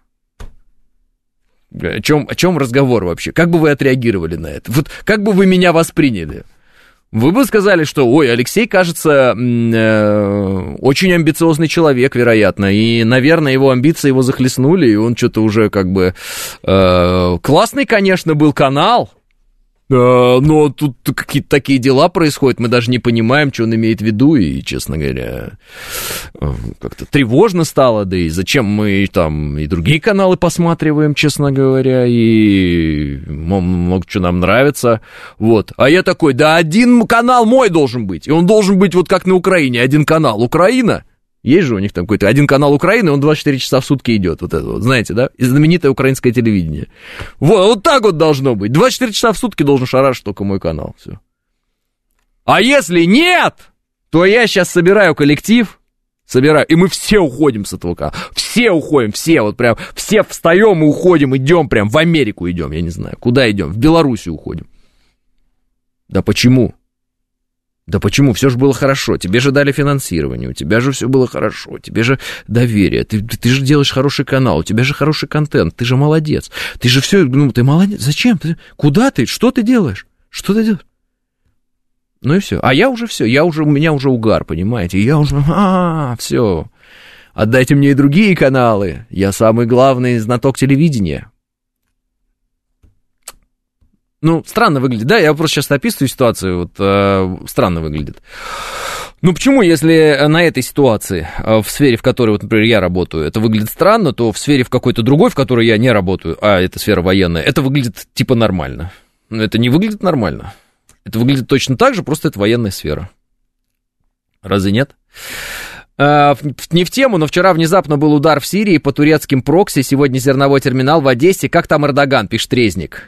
О чем разговор вообще? Как бы вы отреагировали на это? Вот как бы вы меня восприняли? Вы бы сказали, что, ой, Алексей, кажется, очень амбициозный человек, вероятно, и, наверное, его амбиции его захлестнули, и он что-то уже как бы... классный, конечно, был канал, но тут какие-то такие дела происходят, мы даже не понимаем, что он имеет в виду, и, честно говоря, как-то тревожно стало, да и зачем мы там и другие каналы посматриваем, честно говоря, и много что нам нравится, вот. А я такой, да один канал мой должен быть, и он должен быть вот как на Украине, один канал Украина. Есть же у них там какой-то один канал Украины, он 24 часа в сутки идет, вот это вот, знаете, да? И знаменитое украинское телевидение. Вот так вот должно быть. 24 часа в сутки должен шарашить только мой канал, все. А если нет, то я сейчас собираю коллектив, и мы все уходим с этого канала. Все уходим, все, вот прям, все встаем и уходим, идем прям в Америку идем, я не знаю, куда идем, в Белоруссию уходим. Да почему? Да почему? Все же было хорошо, тебе же дали финансирование, у тебя же все было хорошо, тебе же доверие, ты же делаешь хороший канал, у тебя же хороший контент, ты же молодец, ты же все, ну, ты молодец, зачем? Куда ты? Что ты делаешь? Что ты делаешь? Ну и все. А я уже все, у меня уже угар, понимаете, я уже, все, отдайте мне и другие каналы, я самый главный знаток телевидения. Ну, странно выглядит, да, я просто сейчас описываю ситуацию, вот странно выглядит. Ну, почему, если на этой ситуации, в сфере, в которой, вот, например, я работаю, это выглядит странно, то в сфере в какой-то другой, в которой я не работаю, а это сфера военная, это выглядит типа нормально. Но это не выглядит нормально. Это выглядит точно так же, просто это военная сфера. Разве нет? Не в тему, но вчера внезапно был удар в Сирии по турецким прокси, сегодня зерновой терминал в Одессе. Как там Эрдоган, пишет Резник.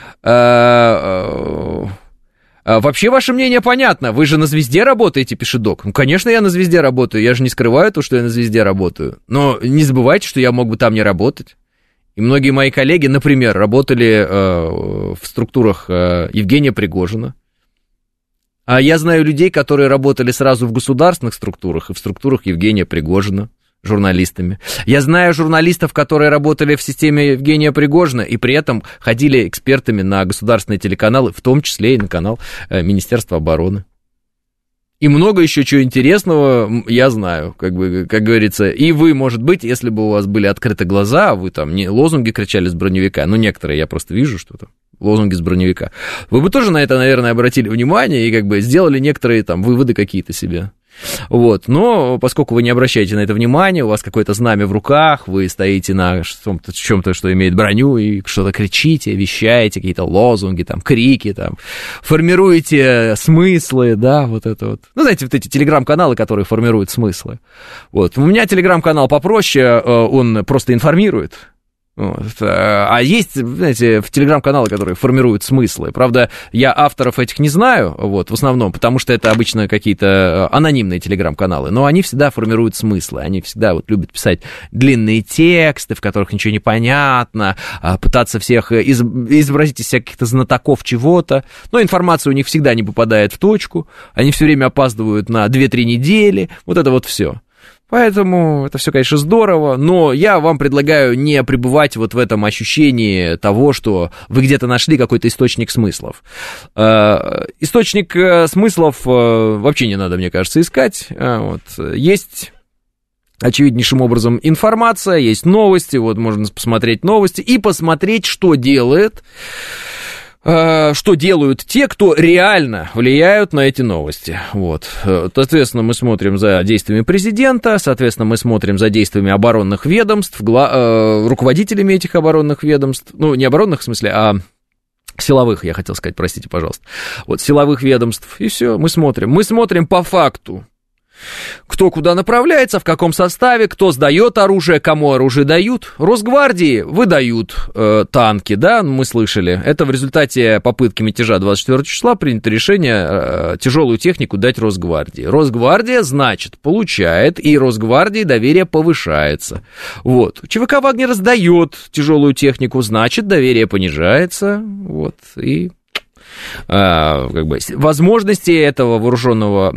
Вообще ваше мнение понятно, вы же на «Звезде» работаете, пишет Док. Ну, конечно, я на «Звезде» работаю, я же не скрываю то, что я на «Звезде» работаю. Но не забывайте, что я мог бы там не работать. И многие мои коллеги, например, работали в структурах Евгения Пригожина. А я знаю людей, которые работали сразу в государственных структурах и в структурах Евгения Пригожина журналистами. Я знаю журналистов, которые работали в системе Евгения Пригожина и при этом ходили экспертами на государственные телеканалы, в том числе и на канал Министерства обороны. И много еще чего интересного я знаю, как говорится. И вы, может быть, если бы у вас были открыты глаза, вы там не лозунги кричали с броневика, ну, некоторые я просто вижу, что там лозунги с броневика, вы бы тоже на это, наверное, обратили внимание и как бы сделали некоторые там выводы какие-то себе. Вот, но поскольку вы не обращаете на это внимания, у вас какое-то знамя в руках, вы стоите на чем-то, что имеет броню, и что-то кричите, вещаете, какие-то лозунги, там, крики, там, формируете смыслы, да, вот это вот. Ну, знаете, вот эти телеграм-каналы, которые формируют смыслы. Вот, у меня телеграм-канал попроще, он просто информирует. Вот. А есть, знаете, в телеграм-каналы, которые формируют смыслы. Правда, я авторов этих не знаю, вот, в основном, потому что это обычно какие-то анонимные телеграм-каналы, но они всегда формируют смыслы. Они всегда вот любят писать длинные тексты, в которых ничего не понятно, пытаться всех изобразить из каких-то знатоков чего-то. Но информация у них всегда не попадает в точку. Они все время опаздывают на 2-3 недели. Вот это вот все. Поэтому это все, конечно, здорово, но я вам предлагаю не пребывать вот в этом ощущении того, что вы где-то нашли какой-то источник смыслов. Источник смыслов вообще не надо, мне кажется, искать. Вот. Есть очевиднейшим образом информация, есть новости, вот можно посмотреть новости и посмотреть, что делают те, кто реально влияют на эти новости. Вот. Соответственно, мы смотрим за действиями президента, соответственно, мы смотрим за действиями оборонных ведомств, руководителями этих оборонных ведомств, ну, не оборонных в смысле, а силовых, я хотел сказать, простите, пожалуйста. Вот, силовых ведомств, и все, мы смотрим. Мы смотрим по факту, кто куда направляется, в каком составе, кто сдает оружие, кому оружие дают. Росгвардии выдают танки, да, мы слышали. Это в результате попытки мятежа 24 числа принято решение тяжелую технику дать Росгвардии. Росгвардия, значит, получает, и Росгвардии доверие повышается. Вот. ЧВК «Вагнер» сдает тяжелую технику, значит, доверие понижается. Вот, и... как бы возможности этого вооруженного,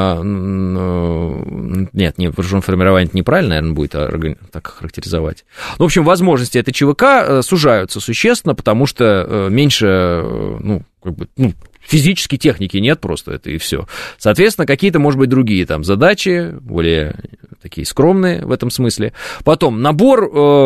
нет, не вооруженное формирование, это неправильно, наверное, будет так характеризовать. В общем, возможности этой ЧВК сужаются существенно, потому что меньше, физически техники нет просто, это и все. Соответственно, какие-то, может быть, другие там задачи, более такие скромные в этом смысле. Потом набор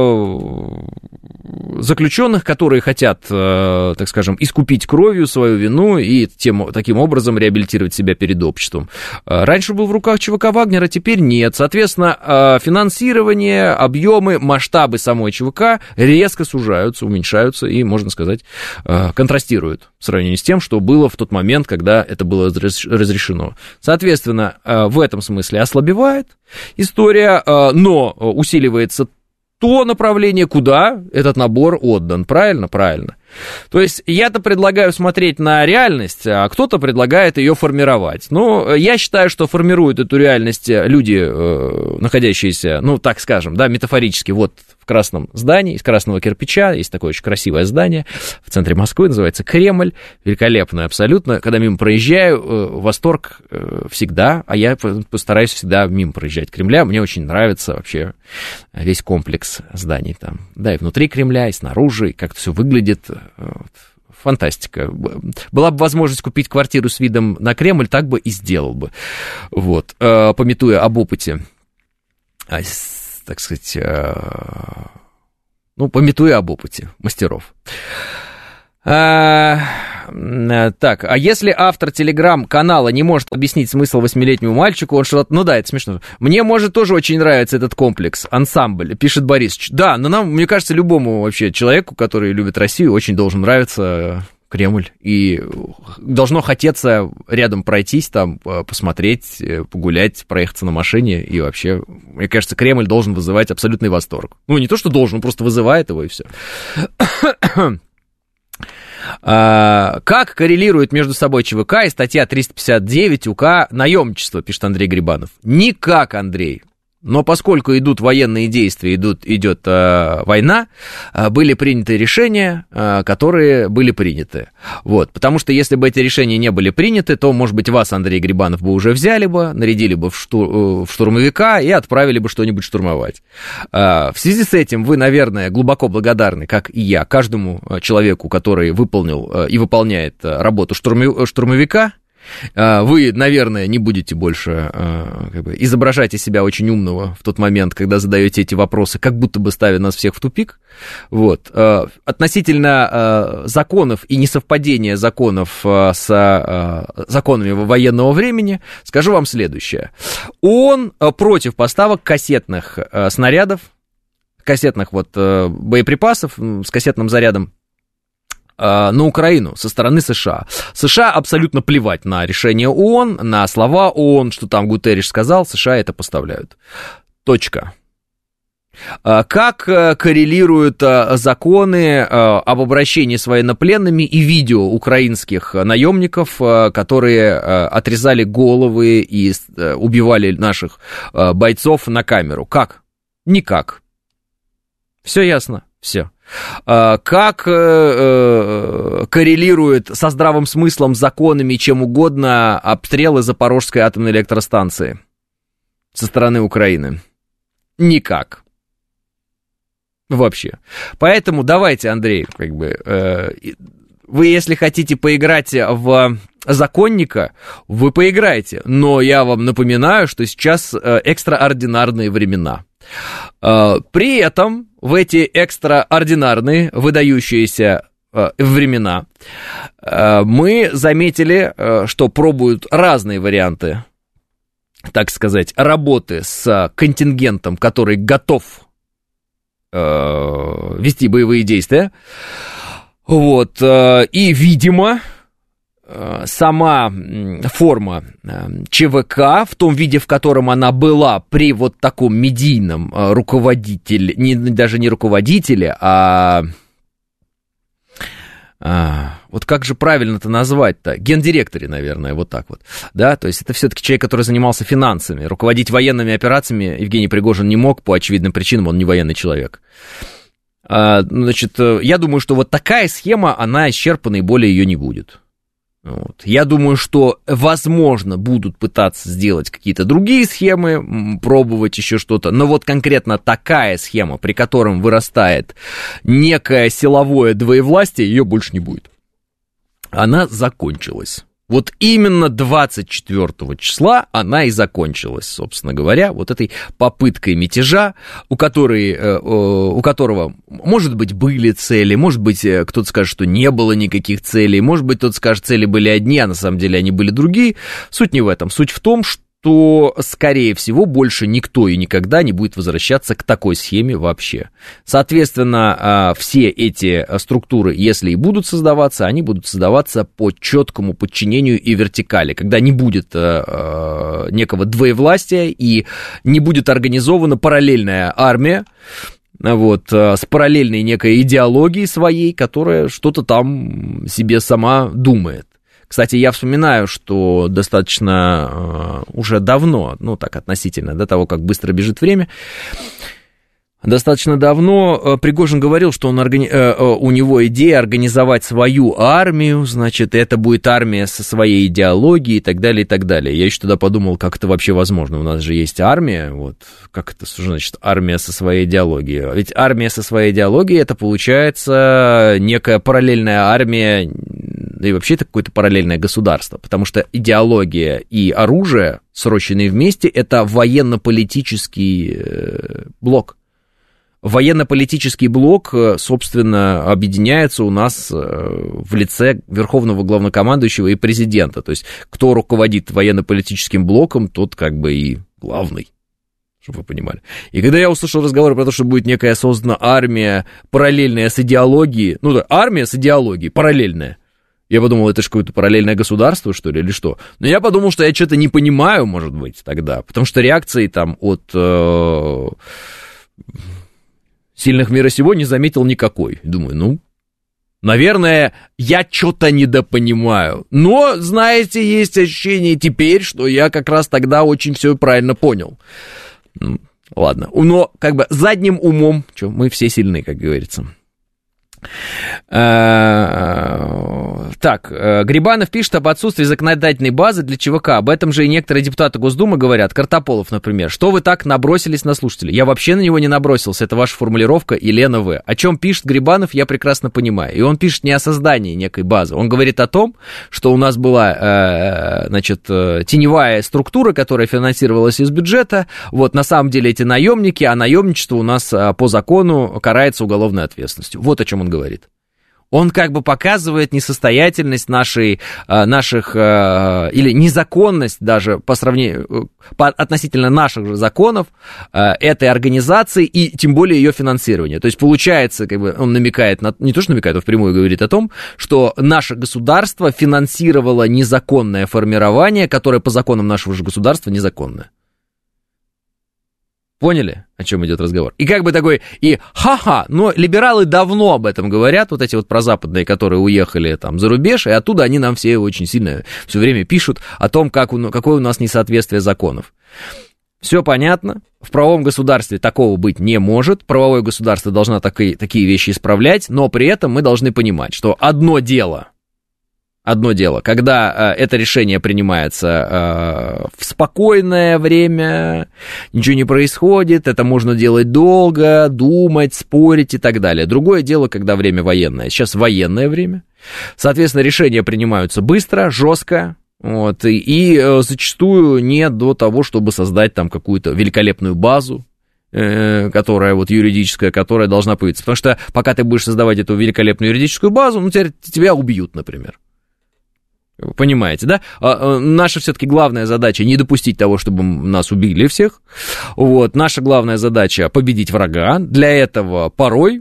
заключенных, которые хотят, так скажем, искупить кровью свою вину и таким образом реабилитировать себя перед обществом. Раньше был в руках ЧВК «Вагнера», теперь нет. Соответственно, финансирование, объемы, масштабы самой ЧВК резко сужаются, уменьшаются и, можно сказать, контрастируют в сравнении с тем, что было в тот момент, когда это было разрешено. Соответственно, в этом смысле ослабевает история, но усиливается то направление, куда этот набор отдан. Правильно? Правильно. То есть я-то предлагаю смотреть на реальность, а кто-то предлагает ее формировать. Но я считаю, что формируют эту реальность люди, находящиеся, так скажем, да, метафорически, вот в красном здании, из красного кирпича, есть такое очень красивое здание в центре Москвы, называется Кремль, великолепное абсолютно. Когда мимо проезжаю, восторг всегда, а я постараюсь всегда мимо проезжать Кремля. Мне очень нравится вообще весь комплекс зданий там, да, и внутри Кремля, и снаружи, и как это все выглядит. Фантастика. Была бы возможность купить квартиру с видом на Кремль, так бы и сделал бы. Вот. Памятуя об опыте, так сказать, памятуя об опыте мастеров. Так, а если автор телеграм-канала не может объяснить смысл 8-летнему мальчику, он что-то... Ну да, это смешно. Мне, может, тоже очень нравится этот комплекс, ансамбль, пишет Борисович. Да, но мне кажется, любому вообще человеку, который любит Россию, очень должен нравиться Кремль. И должно хотеться рядом пройтись, там, посмотреть, погулять, проехаться на машине. И вообще, мне кажется, Кремль должен вызывать абсолютный восторг. Не то, что должен, он просто вызывает его, и все. Как коррелирует между собой ЧВК и статья 359 УК наемничество, пишет Андрей Грибанов. Никак, Андрей. Но поскольку идут военные действия, идет война, были приняты решения, которые были приняты. Вот, потому что если бы эти решения не были приняты, то, может быть, вас, Андрей Грибанов, бы уже взяли бы, нарядили бы в штурмовика и отправили бы что-нибудь штурмовать. В связи с этим вы, наверное, глубоко благодарны, как и я, каждому человеку, который выполнил и выполняет работу штурмовика. Вы, наверное, не будете больше изображать из себя очень умного в тот момент, когда задаете эти вопросы, как будто бы ставя нас всех в тупик. Вот. Относительно законов и несовпадения законов с законами военного времени, скажу вам следующее. ООН против поставок кассетных снарядов, кассетных боеприпасов с кассетным зарядом на Украину со стороны США. США абсолютно плевать на решение ООН, на слова ООН, что там Гутерриш сказал, США это поставляют. Точка. Как коррелируют законы об обращении с военнопленными и видео украинских наемников, которые отрезали головы и убивали наших бойцов на камеру? Как? Никак. Все ясно, все. Как коррелирует со здравым смыслом, законами, чем угодно обстрелы Запорожской атомной электростанции со стороны Украины? Никак. Вообще. Поэтому давайте, Андрей, вы, если хотите поиграть в законника, вы поиграете. Но я вам напоминаю, что сейчас экстраординарные времена. При этом в эти экстраординарные, выдающиеся времена мы заметили, что пробуют разные варианты, так сказать, работы с контингентом, который готов вести боевые действия. Вот. И, видимо, сама форма ЧВК в том виде, в котором она была при вот таком медийном руководителе, даже не руководителе, вот как же правильно это назвать-то? Гендиректоре, наверное, вот так вот. Да, то есть это все-таки человек, который занимался финансами. Руководить военными операциями Евгений Пригожин не мог по очевидным причинам, он не военный человек. Значит, я думаю, что вот такая схема, она исчерпана и более ее не будет. Вот. Я думаю, что, возможно, будут пытаться сделать какие-то другие схемы, пробовать еще что-то, но вот конкретно такая схема, при котором вырастает некое силовое двоевластие, ее больше не будет. Она закончилась. Вот именно 24 числа она и закончилась, собственно говоря, вот этой попыткой мятежа, у которого, может быть, были цели, может быть, кто-то скажет, что не было никаких целей, может быть, кто-то скажет, цели были одни, а на самом деле они были другие. Суть не в этом. Суть в том, что, скорее всего, больше никто и никогда не будет возвращаться к такой схеме вообще. Соответственно, все эти структуры, если и будут создаваться, они будут создаваться по четкому подчинению и вертикали, когда не будет некого двоевластия и не будет организована параллельная армия, вот, с параллельной некой идеологией своей, которая что-то там себе сама думает. Кстати, я вспоминаю, что достаточно уже давно, ну так относительно до того, как быстро бежит время, достаточно давно Пригожин говорил, что у него идея организовать свою армию, значит, это будет армия со своей идеологией и так далее, и так далее. Я еще тогда подумал, как это вообще возможно, у нас же есть армия, вот, как это, что значит армия со своей идеологией? Ведь армия со своей идеологией, это получается некая параллельная армия, да и вообще это какое-то параллельное государство, потому что идеология и оружие, срощенные вместе, это военно-политический блок. Военно-политический блок, собственно, объединяется у нас в лице верховного главнокомандующего и президента. То есть, кто руководит военно-политическим блоком, тот как бы и главный, чтобы вы понимали. И когда я услышал разговор про то, что будет некая создана армия, параллельная с идеологией, ну да, армия с идеологией, параллельная, я подумал, это же какое-то параллельное государство, что ли, или что? Но я подумал, что я что-то не понимаю, может быть, тогда, потому что реакции там от сильных мира сего не заметил никакой. Думаю, наверное, я что-то недопонимаю. Но, знаете, есть ощущение теперь, что я как раз тогда очень все правильно понял. Ладно, но как бы задним умом, мы все сильны, как говорится. Так, Грибанов пишет об отсутствии законодательной базы для ЧВК. Об этом же и некоторые депутаты Госдумы говорят. Картополов, например. Что вы так набросились на слушателей? Я вообще на него не набросился. Это ваша формулировка, Елена В. О чем пишет Грибанов, я прекрасно понимаю. И он пишет не о создании некой базы. Он говорит о том, что у нас была, значит, теневая структура, которая финансировалась из бюджета. Вот, на самом деле эти наемники, а наемничество у нас по закону карается уголовной ответственностью. Вот о чем он говорит. Он как бы показывает несостоятельность наших, или незаконность даже по сравнению, относительно наших же законов этой организации и тем более ее финансирования. То есть получается, как бы он намекает, не то что намекает, он впрямую говорит о том, что наше государство финансировало незаконное формирование, которое по законам нашего же государства незаконное. Поняли, о чем идет разговор? И как бы такой, и ха-ха, но либералы давно об этом говорят, вот эти вот прозападные, которые уехали там за рубеж, и оттуда они нам все очень сильно все время пишут о том, какое у нас несоответствие законов. Все понятно, в правовом государстве такого быть не может, правовое государство должно такие вещи исправлять, но при этом мы должны понимать, что одно дело, когда это решение принимается в спокойное время, ничего не происходит, это можно делать долго, думать, спорить и так далее. Другое дело, когда время военное. Сейчас военное время, соответственно, решения принимаются быстро, жестко, вот, и зачастую не до того, чтобы создать там какую-то великолепную базу, которая вот юридическая, которая должна появиться. Потому что пока ты будешь создавать эту великолепную юридическую базу, ну, тебя убьют, например. Вы понимаете, да? Наша все-таки главная задача не допустить того, чтобы нас убили всех. Вот. Наша главная задача победить врага. Для этого порой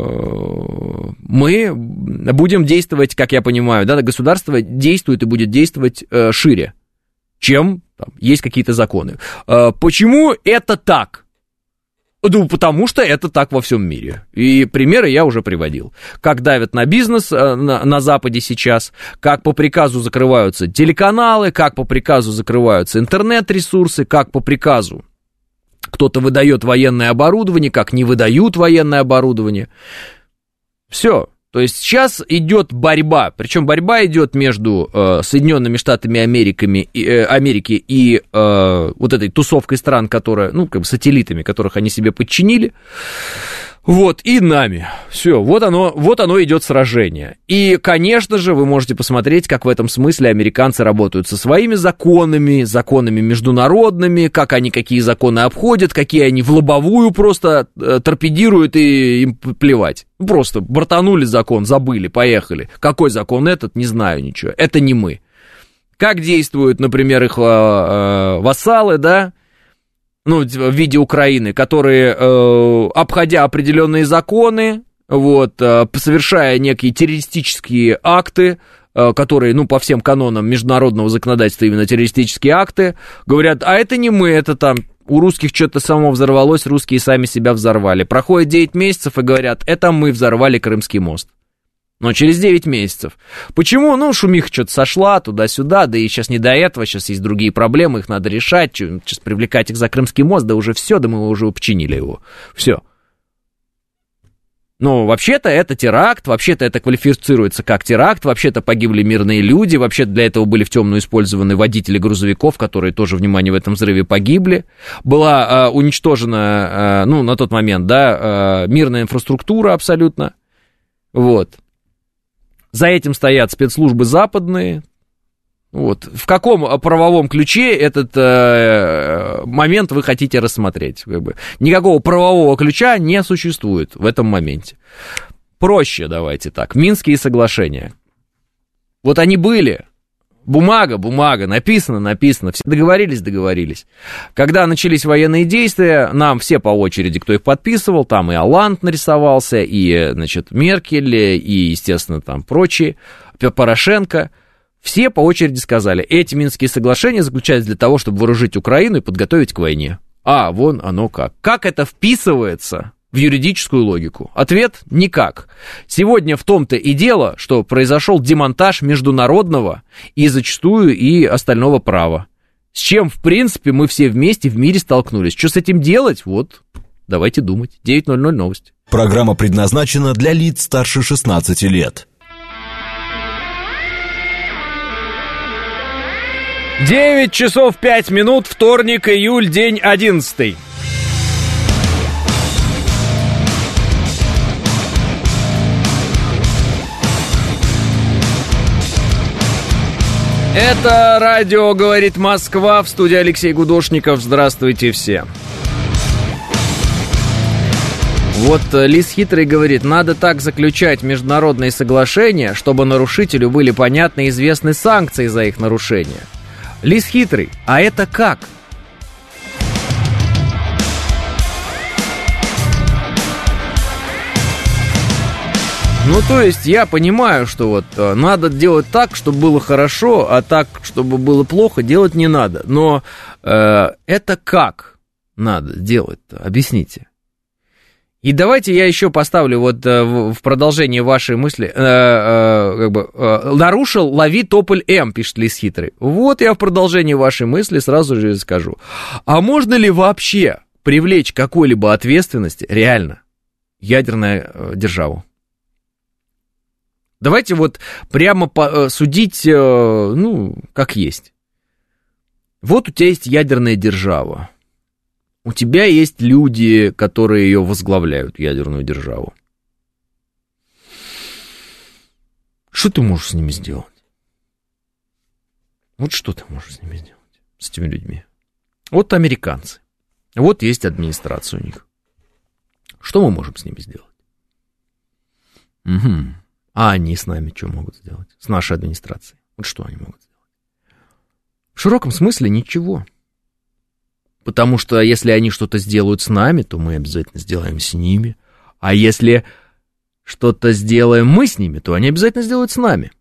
мы будем действовать, как я понимаю, да, государство действует и будет действовать шире, чем там есть какие-то законы. Почему это так? Ну, потому что это так во всем мире. И примеры я уже приводил. Как давят на бизнес на Западе сейчас, как по приказу закрываются телеканалы, как по приказу закрываются интернет-ресурсы, как по приказу кто-то выдает военное оборудование, как не выдают военное оборудование. Все. То есть сейчас идет борьба, причем борьба идет между Соединенными Штатами Америки и вот этой тусовкой стран, которая, ну, как бы сателлитами, которых они себе подчинили, вот, и нами. Все, вот оно идет сражение. И, конечно же, вы можете посмотреть, как в этом смысле американцы работают со своими законами международными, как они какие законы обходят, какие они в лобовую просто торпедируют, и им плевать. Просто бортанули закон, забыли, поехали. Какой закон этот, не знаю ничего. Это не мы. Как действуют, например, их вассалы, да, ну, в виде Украины, которые, обходя определенные законы, вот, совершая некие террористические акты, которые, ну, по всем канонам международного законодательства именно террористические акты, говорят, а это не мы, это там у русских что-то само взорвалось, русские сами себя взорвали. Проходит 9 месяцев и говорят, это мы взорвали Крымский мост. Но через 9 месяцев. Почему? Ну, шумиха что-то сошла туда-сюда, да и сейчас не до этого, сейчас есть другие проблемы, их надо решать, сейчас привлекать их за Крымский мост, да уже все, да мы уже починили его. Все. Но вообще-то это теракт, вообще-то это квалифицируется как теракт, вообще-то погибли мирные люди, вообще-то для этого были в темную использованы водители грузовиков, которые тоже, внимание, в этом взрыве погибли. Была уничтожена, ну, на тот момент, да, мирная инфраструктура абсолютно. Вот. За этим стоят спецслужбы западные. Вот. В каком правовом ключе этот момент вы хотите рассмотреть? Как бы. Никакого правового ключа не существует в этом моменте. Проще, давайте так. Минские соглашения. Вот они были. Бумага, написано. Все договорились. Когда начались военные действия, нам все по очереди, кто их подписывал, там и Олланд нарисовался, и, значит, Меркель, и, естественно, там прочие, Порошенко, все по очереди сказали, эти Минские соглашения заключаются для того, чтобы вооружить Украину и подготовить к войне. А, вон оно как. Как это вписывается в юридическую логику? Ответ – никак. Сегодня в том-то и дело, что произошел демонтаж международного и зачастую и остального права. С чем, в принципе, мы все вместе в мире столкнулись. Что с этим делать? Вот, давайте думать. 9:00 новости. Программа предназначена для лиц старше 16 лет. 9 часов 5 минут, вторник, июль, день 11. Это радио «Говорит Москва», в студии Алексей Гудошников. Здравствуйте все. Вот Лис Хитрый говорит, надо так заключать международные соглашения, чтобы нарушителю были понятны и известны санкции за их нарушение. Лис Хитрый, а это как? Ну, то есть, я понимаю, что вот надо делать так, чтобы было хорошо, а так, чтобы было плохо, делать не надо. Но это как? надо делать-то? Объясните. И давайте я еще поставлю вот в продолжение вашей мысли, нарушил, лови тополь М, пишет Лис Хитрый. Вот я в продолжении вашей мысли сразу же скажу. А можно ли вообще привлечь к какой-либо ответственности реально ядерную державу? Давайте вот прямо судить, как есть. Вот у тебя есть ядерная держава. У тебя есть люди, которые ее возглавляют, ядерную державу. Что ты можешь с ними сделать? Вот что ты можешь с ними сделать, с этими людьми? Вот американцы. Вот есть администрация у них. Что мы можем с ними сделать? Угу. А они с нами что могут сделать? С нашей администрацией. Вот что они могут сделать? В широком смысле ничего. Потому что если они что-то сделают с нами, то мы обязательно сделаем с ними. А если что-то сделаем мы с ними, то они обязательно сделают с нами.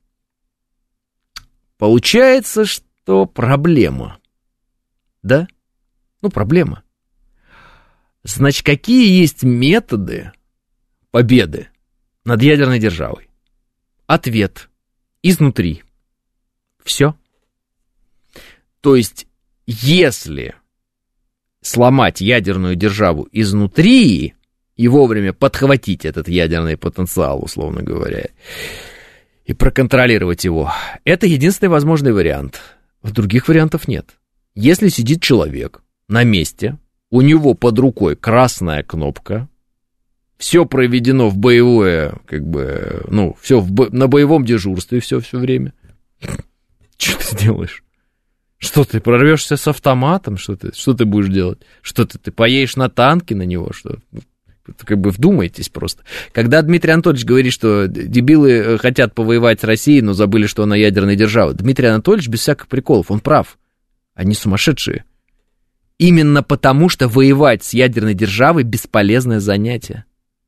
Получается, что проблема. Да? Проблема. Значит, какие есть методы победы над ядерной державой? Ответ. Изнутри. Все. То есть, если сломать ядерную державу изнутри и вовремя подхватить этот ядерный потенциал, условно говоря, и проконтролировать его, это единственный возможный вариант. Других вариантов нет. Если сидит человек на месте, у него под рукой красная кнопка, все проведено в боевое, все на боевом дежурстве все время, что ты сделаешь? Что ты прорвешься с автоматом? Что ты будешь делать? Что ты поедешь на танке на него? Что? Вдумайтесь просто. Когда Дмитрий Анатольевич говорит, что дебилы хотят повоевать с Россией, но забыли, что она ядерная держава. Дмитрий Анатольевич без всяких приколов, он прав. Они сумасшедшие. Именно потому, что воевать с ядерной державой бесполезное занятие.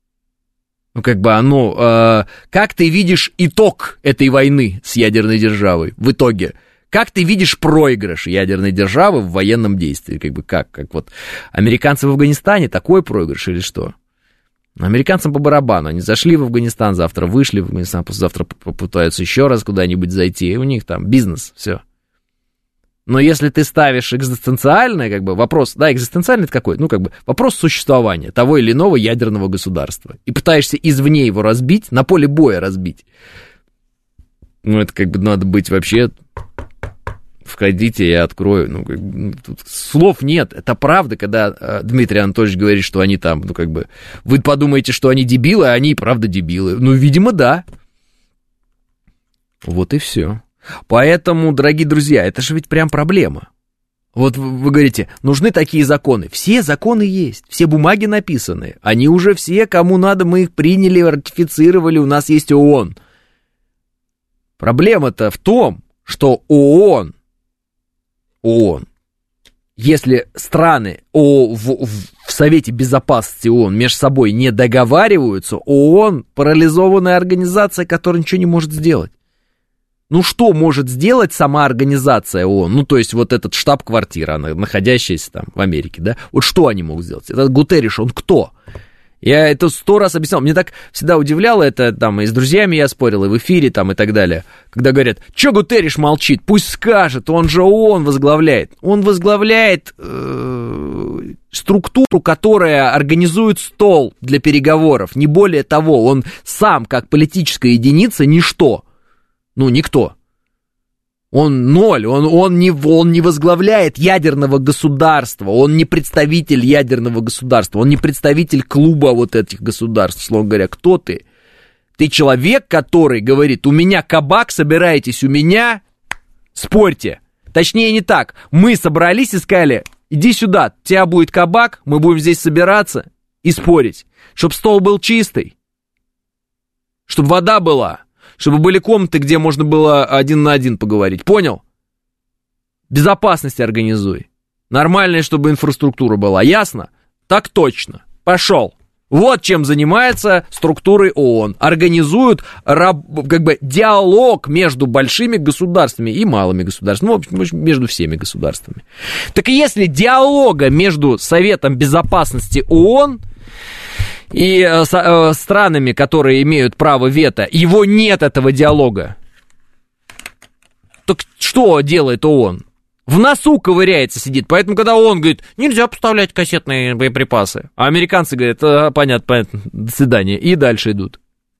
Как ты видишь итог этой войны с ядерной державой в итоге? Как ты видишь проигрыш ядерной державы в военном действии? Как вот американцы в Афганистане, такой проигрыш или что? Американцам по барабану. Они зашли в Афганистан, завтра вышли в Афганистан, послезавтра попытаются еще раз куда-нибудь зайти. И у них там бизнес, все. Но если ты ставишь экзистенциальный вопрос, да, экзистенциальный это какой? Вопрос существования того или иного ядерного государства. И пытаешься извне его разбить, на поле боя разбить. Это надо быть вообще... Входите, я открою. Тут слов нет. Это правда, когда Дмитрий Анатольевич говорит, что они там, вы подумаете, что они дебилы, а они и правда дебилы. Видимо, да. Вот и все. Поэтому, дорогие друзья, это же ведь прям проблема. Вот вы говорите, нужны такие законы. Все законы есть, все бумаги написаны. Они уже все, кому надо, мы их приняли, ратифицировали, у нас есть ООН. Проблема-то в том, что ООН, если страны в Совете Безопасности ООН между собой не договариваются, ООН парализованная организация, которая ничего не может сделать. Что может сделать сама организация ООН? То есть вот этот штаб-квартира, находящаяся там в Америке, да? Вот что они могут сделать? Этот Гутерриш, он кто? Я это 100 раз объяснял. Мне так всегда удивляло это, и с друзьями я спорил, и в эфире, и так далее. Когда говорят, что Гутерриш молчит? Пусть скажет, он же ООН возглавляет. Он возглавляет структуру, которая организует стол для переговоров. Не более того, он сам, как политическая единица, ничто. Никто. Он ноль, он не возглавляет ядерного государства, он не представитель ядерного государства, он не представитель клуба вот этих государств, словно говоря. Кто ты? Ты человек, который говорит, у меня кабак, собираетесь у меня, спорьте. Точнее не так, мы собрались и сказали, иди сюда, у тебя будет кабак, мы будем здесь собираться и спорить, чтобы стол был чистый, чтобы вода была. Чтобы были комнаты, где можно было 1 на 1 поговорить. Понял? Безопасность организуй. Нормальная, чтобы инфраструктура была. Ясно? Так точно. Пошел. Вот чем занимаются структуры ООН. Организуют диалог между большими государствами и малыми государствами, между всеми государствами. Так если диалога между Советом Безопасности ООН и странами, которые имеют право вето, его нет, этого диалога, так что делает ООН? В носу ковыряется, сидит. Поэтому, когда ООН говорит, нельзя поставлять кассетные боеприпасы, а американцы говорят, понятно, до свидания, и дальше идут.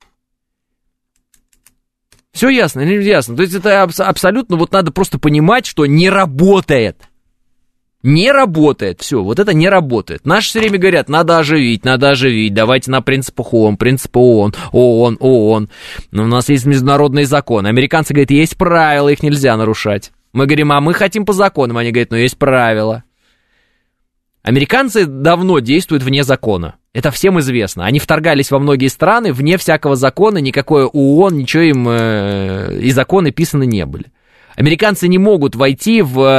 Все ясно или не ясно? То есть это абсолютно, вот надо просто понимать, что не работает. Не работает, все, вот это не работает. Наши все время говорят, надо оживить, давайте на принципах ООН, ООН. Но у нас есть международные законы. Американцы говорят, есть правила, их нельзя нарушать. Мы говорим, а мы хотим по законам. Они говорят, есть правила. Американцы давно действуют вне закона. Это всем известно. Они вторгались во многие страны вне всякого закона, никакое ООН, ничего им и законы писаны не были. Американцы не могут войти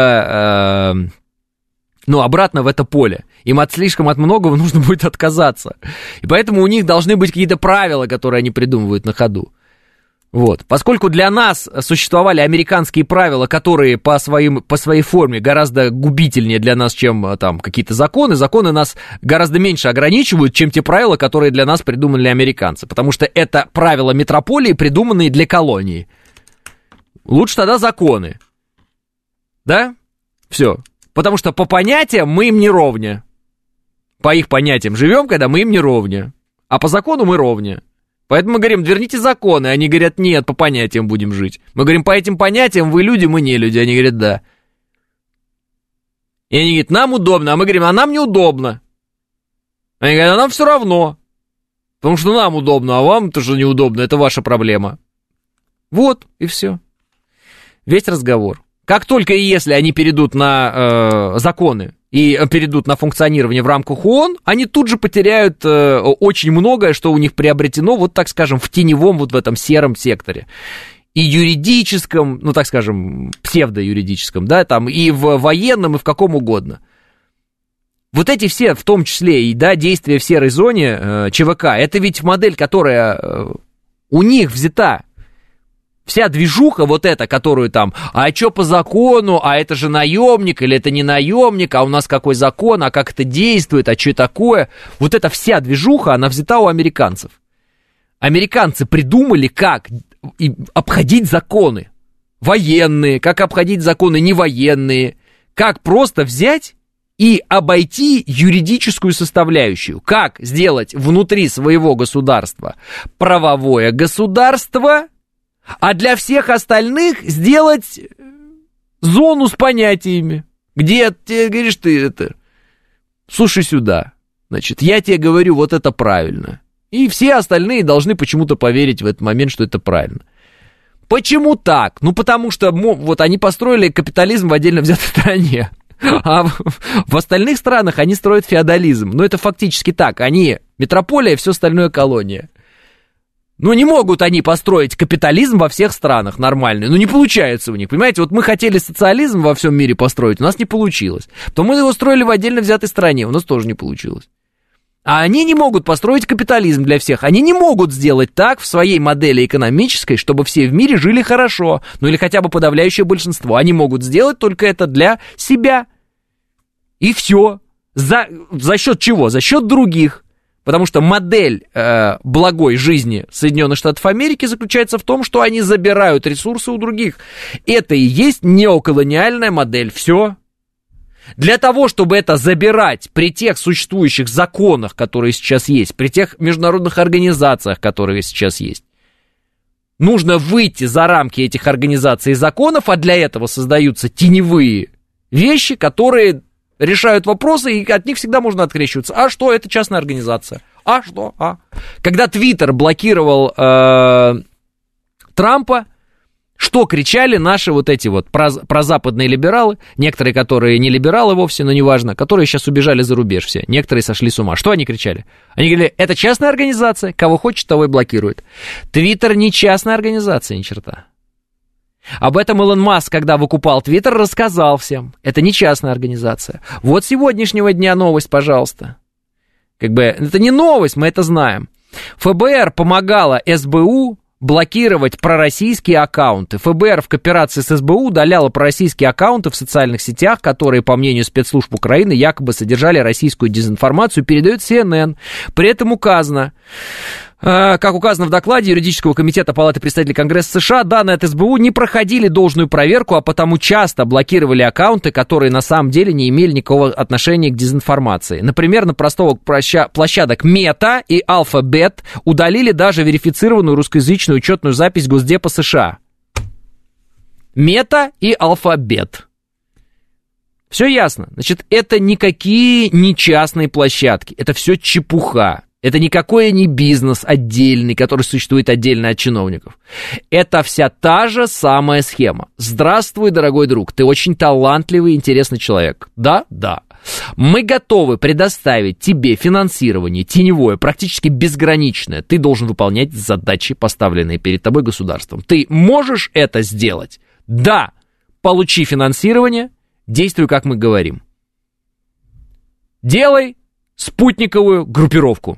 обратно в это поле. Им слишком от многого нужно будет отказаться. И поэтому у них должны быть какие-то правила, которые они придумывают на ходу. Вот. Поскольку для нас существовали американские правила, которые по своей форме гораздо губительнее для нас, чем там какие-то законы, законы нас гораздо меньше ограничивают, чем те правила, которые для нас придумали американцы. Потому что это правила метрополии, придуманные для колонии. Лучше тогда законы. Да? Все. Потому что по понятиям мы им не ровня. По их понятиям живем, когда мы им не ровня. А по закону мы ровня. Поэтому мы говорим, верните законы. Они говорят, нет, по понятиям будем жить. Мы говорим, по этим понятиям вы люди, мы не люди. Они говорят, да. И они говорят, нам удобно. А мы говорим, а нам неудобно. Они говорят, а нам все равно. Потому что нам удобно, а вам тоже неудобно. Это ваша проблема. Вот, и все. Весь разговор. Как только и если они перейдут на законы и перейдут на функционирование в рамках ООН, они тут же потеряют очень многое, что у них приобретено, вот так скажем, в теневом, вот в этом сером секторе. И юридическом, ну так скажем, псевдоюридическом, да, там, и в военном, и в каком угодно. Вот эти все, в том числе, и, да, действия в серой зоне ЧВК, это ведь модель, которая у них взята. Вся движуха вот эта, которую там, а что по закону, а это же наемник, или это не наемник, а у нас какой закон, а как это действует, а что такое. Вот эта вся движуха, она взята у американцев. Американцы придумали, как обходить законы военные, как обходить законы невоенные, как просто взять и обойти юридическую составляющую, как сделать внутри своего государства правовое государство, а для всех остальных сделать зону с понятиями. Где ты говоришь, слушай сюда, значит, я тебе говорю, вот это правильно. И все остальные должны почему-то поверить в этот момент, что это правильно. Почему так? Ну, потому что вот они построили капитализм в отдельно взятой стране. А в остальных странах они строят феодализм. Ну, это фактически так. Они метрополия, все остальное колония. Ну, не могут они построить капитализм во всех странах нормальный. Ну, не получается у них, понимаете? Вот мы хотели социализм во всем мире построить, у нас не получилось. Потом мы его строили в отдельно взятой стране, у нас тоже не получилось. А они не могут построить капитализм для всех. Они не могут сделать так в своей модели экономической, чтобы все в мире жили хорошо. Ну, или хотя бы подавляющее большинство. Они могут сделать только это для себя. И все. За счет чего? За счет других. Потому что модель благой жизни Соединенных Штатов Америки заключается в том, что они забирают ресурсы у других. Это и есть неоколониальная модель. Все. Для того, чтобы это забирать при тех существующих законах, которые сейчас есть, при тех международных организациях, которые сейчас есть, нужно выйти за рамки этих организаций и законов, а для этого создаются теневые вещи, которые решают вопросы, и от них всегда можно открещиваться. А что, это частная организация? А что? Когда Твиттер блокировал Трампа, что кричали наши вот эти вот прозападные либералы, некоторые, которые не либералы вовсе, но неважно, которые сейчас убежали за рубеж все, некоторые сошли с ума. Что они кричали? Они говорили, это частная организация, кого хочет, того и блокирует. Твиттер не частная организация, ни черта. Об этом Илон Маск, когда выкупал Твиттер, рассказал всем. Это не частная организация. Вот сегодняшнего дня новость, пожалуйста. Как бы это не новость, мы это знаем. ФБР помогала СБУ блокировать пророссийские аккаунты. ФБР в кооперации с СБУ удаляла пророссийские аккаунты в социальных сетях, которые, по мнению спецслужб Украины, якобы содержали российскую дезинформацию, передает CNN. При этом указано, как указано в докладе Юридического комитета Палаты представителей Конгресса США, данные от СБУ не проходили должную проверку, а потому часто блокировали аккаунты, которые на самом деле не имели никакого отношения к дезинформации. Например, на простого площадок Мета и Alphabet удалили даже верифицированную русскоязычную учетную запись Госдепа США. Мета и Alphabet. Все ясно. Значит, это никакие не частные площадки. Это все чепуха. Это никакой не бизнес отдельный, который существует отдельно от чиновников. Это вся та же самая схема. Здравствуй, дорогой друг, ты очень талантливый, интересный человек. Да? Да. Мы готовы предоставить тебе финансирование теневое, практически безграничное. Ты должен выполнять задачи, поставленные перед тобой государством. Ты можешь это сделать? Да. Получи финансирование, действуй, как мы говорим. Делай спутниковую группировку.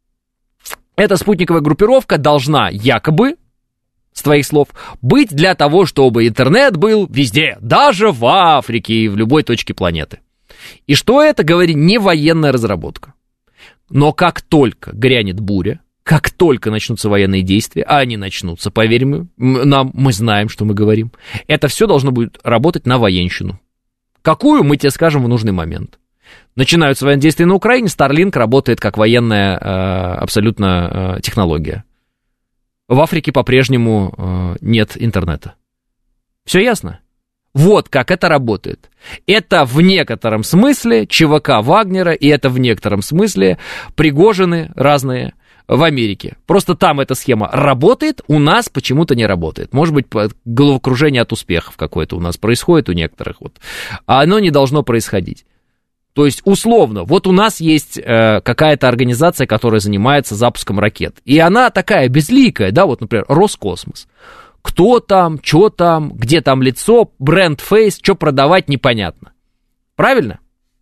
Эта спутниковая группировка должна якобы, с твоих слов, быть для того, чтобы интернет был везде, даже в Африке и в любой точке планеты. И что это, говори, не военная разработка. Но как только грянет буря, как только начнутся военные действия, а они начнутся, поверь нам, мы знаем, что мы говорим, это все должно будет работать на военщину. Какую, мы тебе скажем в нужный момент. Начинаются военные действия на Украине, Starlink работает как военная абсолютно технология. В Африке по-прежнему нет интернета. Все ясно? Вот как это работает. Это в некотором смысле ЧВК Вагнера, и это в некотором смысле Пригожины разные в Америке. Просто там эта схема работает, у нас почему-то не работает. Может быть, головокружение от успехов какое-то у нас происходит у некоторых, вот. А оно не должно происходить. То есть, условно, вот у нас есть какая-то организация, которая занимается запуском ракет. И она такая безликая, да, вот, например, Роскосмос. Кто там, что там, где там лицо, бренд-фейс, что продавать, непонятно. Правильно?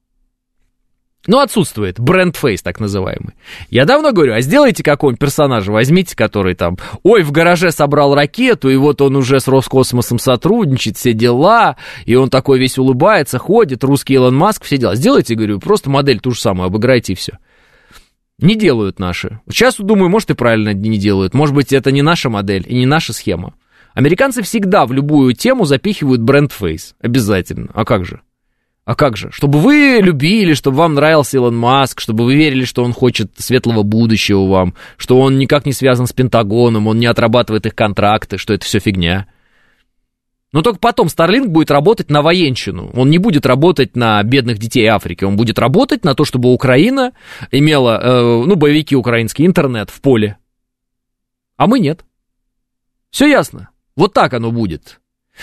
Ну, отсутствует бренд-фейс, так называемый. Я давно говорю, а сделайте какого-нибудь персонажа, возьмите, который там, ой, в гараже собрал ракету, и вот он уже с Роскосмосом сотрудничает, все дела, и он такой весь улыбается, ходит, русский Илон Маск, все дела. Сделайте, говорю, просто модель ту же самую, обыграйте и все. Не делают наши. Сейчас, думаю, может, и правильно не делают. Может быть, это не наша модель и не наша схема. Американцы всегда в любую тему запихивают бренд-фейс. Обязательно. А как же? А как же? Чтобы вы любили, чтобы вам нравился Илон Маск, чтобы вы верили, что он хочет светлого будущего вам, что он никак не связан с Пентагоном, он не отрабатывает их контракты, что это все фигня. Но только потом Starlink будет работать на военщину. Он не будет работать на бедных детей Африки. Он будет работать на то, чтобы Украина имела, боевики украинские, интернет в поле. А мы нет. Все ясно. Вот так оно будет.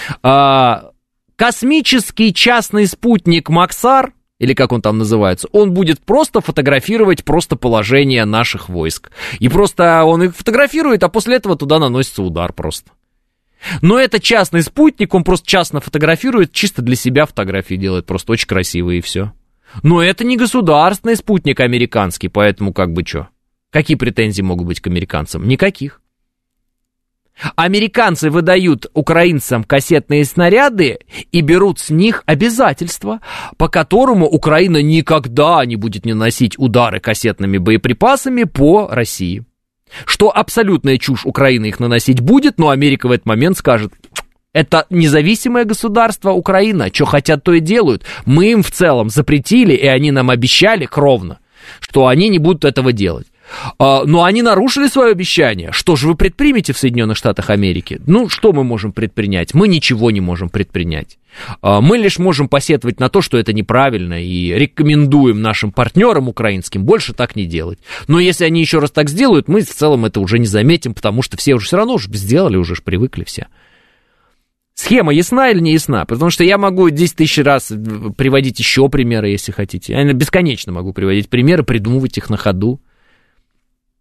Космический частный спутник Максар, или как он там называется, он будет просто фотографировать просто положение наших войск. И просто он их фотографирует, а после этого туда наносится удар просто. Но это частный спутник, он просто частно фотографирует, чисто для себя фотографии делает, просто очень красивые и все. Но это не государственный спутник американский, поэтому как бы что? Какие претензии могут быть к американцам? Никаких. Американцы выдают украинцам кассетные снаряды и берут с них обязательства, по которому Украина никогда не будет наносить удары кассетными боеприпасами по России. Что абсолютная чушь, Украина их наносить будет, но Америка в этот момент скажет: это независимое государство Украина, что хотят, то и делают. Мы им в целом запретили, и они нам обещали кровно, что они не будут этого делать. Но они нарушили свое обещание. Что же вы предпримете в Соединенных Штатах Америки? Ну, что мы можем предпринять? Мы ничего не можем предпринять. Мы лишь можем посетовать на то, что это неправильно, и рекомендуем нашим партнерам украинским больше так не делать. Но если они еще раз так сделают, мы в целом это уже не заметим, потому что все уже все равно уже сделали, уже ж привыкли все. Схема ясна или не ясна? Потому что я могу 10 тысяч раз приводить еще примеры, если хотите. Я бесконечно могу приводить примеры, придумывать их на ходу.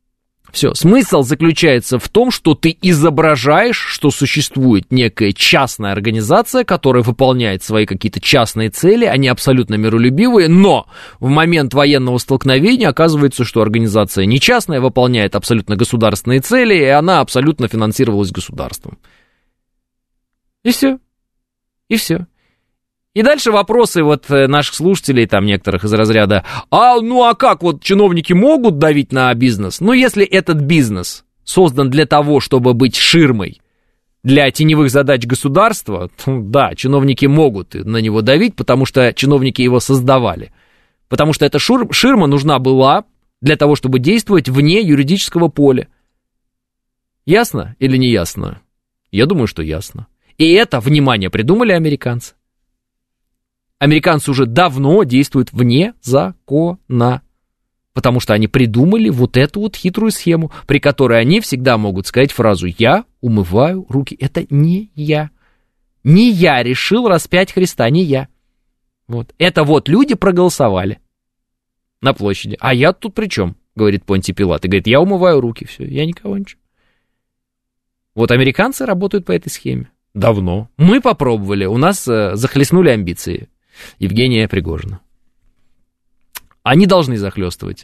Все. Смысл заключается в том, что ты изображаешь, что существует некая частная организация, которая выполняет свои какие-то частные цели, они абсолютно миролюбивые, но в момент военного столкновения оказывается, что организация не частная, выполняет абсолютно государственные цели, и она абсолютно финансировалась государством. И все. И все. И дальше вопросы вот наших слушателей, там некоторых из разряда, а как вот чиновники могут давить на бизнес? Ну, если этот бизнес создан для того, чтобы быть ширмой для теневых задач государства, то да, чиновники могут на него давить, потому что чиновники его создавали. Потому что эта ширма нужна была для того, чтобы действовать вне юридического поля. Ясно или не ясно? Я думаю, что ясно. И это, внимание, придумали американцы. Американцы уже давно действуют вне закона, потому что они придумали вот эту вот хитрую схему, при которой они всегда могут сказать фразу «я умываю руки». Это не я. Не я решил распять Христа, не я. Вот. Это вот люди проголосовали на площади. А я тут при чем? Говорит Понтий Пилат. И говорит, я умываю руки, все, я никого ничего. Вот американцы работают по этой схеме. Давно. Мы попробовали, у нас захлестнули амбиции Евгения Пригожина. Они должны захлестывать.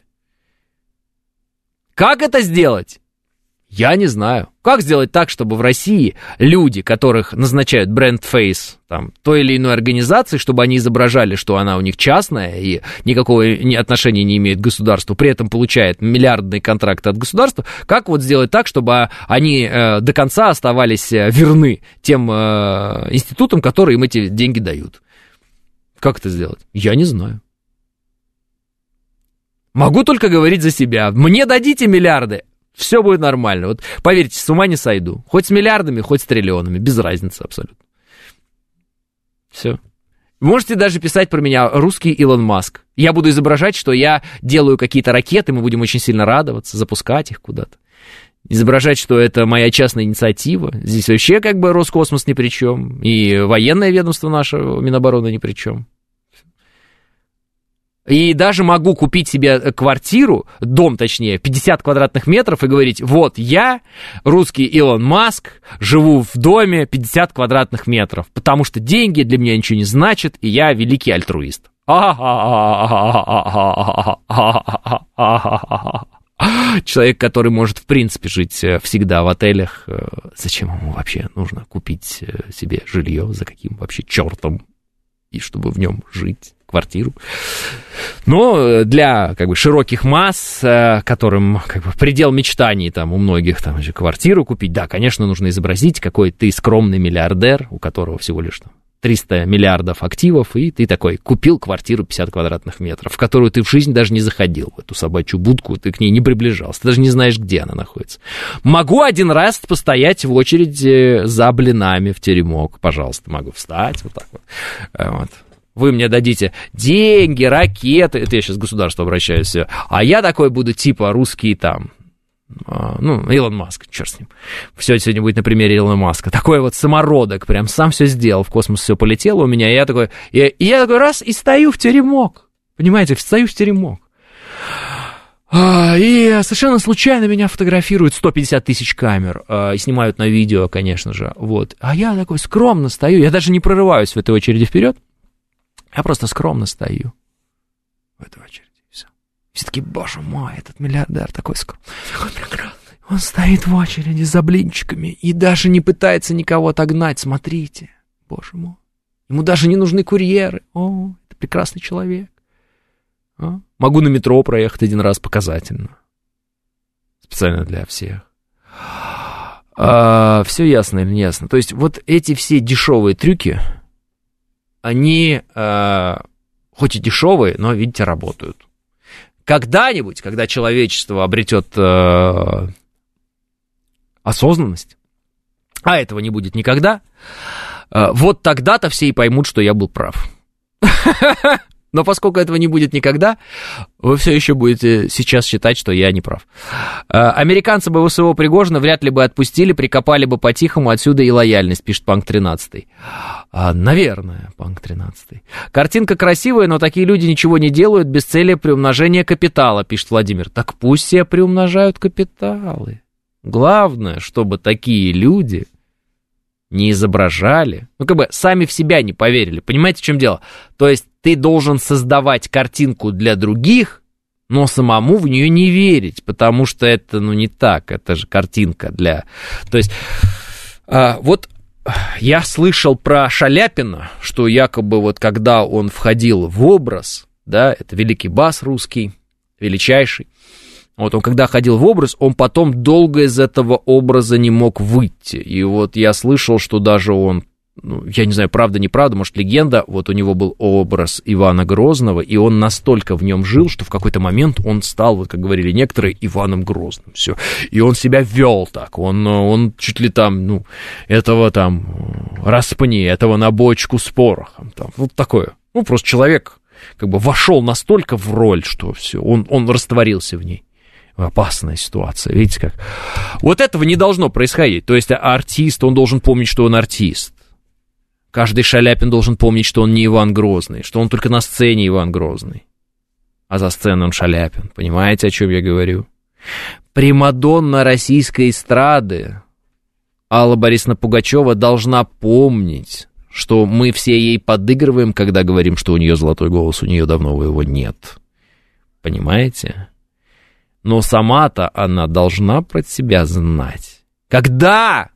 Как это сделать? Я не знаю. Как сделать так, чтобы в России люди, которых назначают бренд-фейс там, той или иной организации, чтобы они изображали, что она у них частная и никакого отношения не имеет к государству, при этом получает миллиардные контракты от государства, как вот сделать так, чтобы они до конца оставались верны тем институтам, которые им эти деньги дают? Как это сделать? Я не знаю. Могу только говорить за себя. Мне дадите миллиарды, все будет нормально. Вот поверьте, с ума не сойду. Хоть с миллиардами, хоть с триллионами. Без разницы абсолютно. Все. Можете даже писать про меня русский Илон Маск. Я буду изображать, что я делаю какие-то ракеты, мы будем очень сильно радоваться, запускать их куда-то. Изображать, что это моя частная инициатива. Здесь вообще как бы Роскосмос ни при чем. И военное ведомство наше, Минобороны, ни при чем. И даже могу купить себе квартиру, дом точнее, 50 квадратных метров и говорить, вот я, русский Илон Маск, живу в доме 50 квадратных метров, потому что деньги для меня ничего не значат, и я великий альтруист. Человек, который может, в принципе, жить всегда в отелях, зачем ему вообще нужно купить себе жилье, за каким вообще чертом, и чтобы в нем жить, квартиру. Но для как бы широких масс, которым как бы предел мечтаний там у многих там же квартиру купить, да, конечно, нужно изобразить, какой ты скромный миллиардер, у которого всего лишь там 300 миллиардов активов, и ты такой купил квартиру 50 квадратных метров, в которую ты в жизнь даже не заходил, в эту собачью будку, ты к ней не приближался, ты даже не знаешь, где она находится. Могу один раз постоять в очереди за блинами в теремок, пожалуйста, могу встать вот так вот. Вот. Вы мне дадите деньги, ракеты, это я сейчас к государству обращаюсь, а я такой буду типа русский там, Илон Маск, черт с ним. Все сегодня будет на примере Илона Маска. Такой вот самородок, прям сам все сделал, в космос все полетело у меня, и я такой раз и стою в теремок, понимаете, стою в теремок. И совершенно случайно меня фотографируют 150 тысяч камер и снимают на видео, конечно же, вот. А я такой скромно стою, я даже не прорываюсь в этой очереди вперед. Я просто скромно стою в этой очереди, и все. Все такие, боже мой, этот миллиардер такой скромный, такой прекрасный. Он стоит в очереди за блинчиками и даже не пытается никого отогнать, смотрите, боже мой. Ему даже не нужны курьеры. О, это прекрасный человек. Могу на метро проехать один раз показательно. Специально для всех. Все ясно или не ясно? То есть вот эти все дешевые трюки, они, хоть и дешевые, но, видите, работают. Когда-нибудь, когда человечество обретет осознанность, а этого не будет никогда, вот тогда-то все и поймут, что я был прав. Но поскольку этого не будет никогда, вы все еще будете сейчас считать, что я не прав. Американцы бы ВСО Пригожина вряд ли бы отпустили, прикопали бы по-тихому, отсюда и лояльность, пишет Панк 13. Наверное, Панк 13. Картинка красивая, но такие люди ничего не делают без цели приумножения капитала, пишет Владимир. Так пусть все приумножают капиталы. Главное, чтобы такие люди не изображали, сами в себя не поверили. Понимаете, в чем дело? То есть ты должен создавать картинку для других, но самому в нее не верить, потому что это, не так, это же картинка для... То есть, вот я слышал про Шаляпина, что якобы когда он входил в образ, да, это великий бас русский, величайший, он когда ходил в образ, он потом долго из этого образа не мог выйти. И я слышал, что даже он, я не знаю, правда, неправда, может, легенда, у него был образ Ивана Грозного, и он настолько в нем жил, что в какой-то момент он стал, как говорили некоторые, Иваном Грозным. Все. И он себя вел так, он чуть ли этого распни, этого на бочку с порохом. Такое. Просто человек вошел настолько в роль, что все, он растворился в ней. Опасная ситуация, видите как? Этого не должно происходить. То есть артист, он должен помнить, что он артист. Каждый Шаляпин должен помнить, что он не Иван Грозный, что он только на сцене Иван Грозный, а за сценой он Шаляпин. Понимаете, о чем я говорю? Примадонна российской эстрады Алла Борисовна Пугачева должна помнить, что мы все ей подыгрываем, когда говорим, что у нее золотой голос, у нее давно его нет. Понимаете? Но сама-то она должна про себя знать. Когда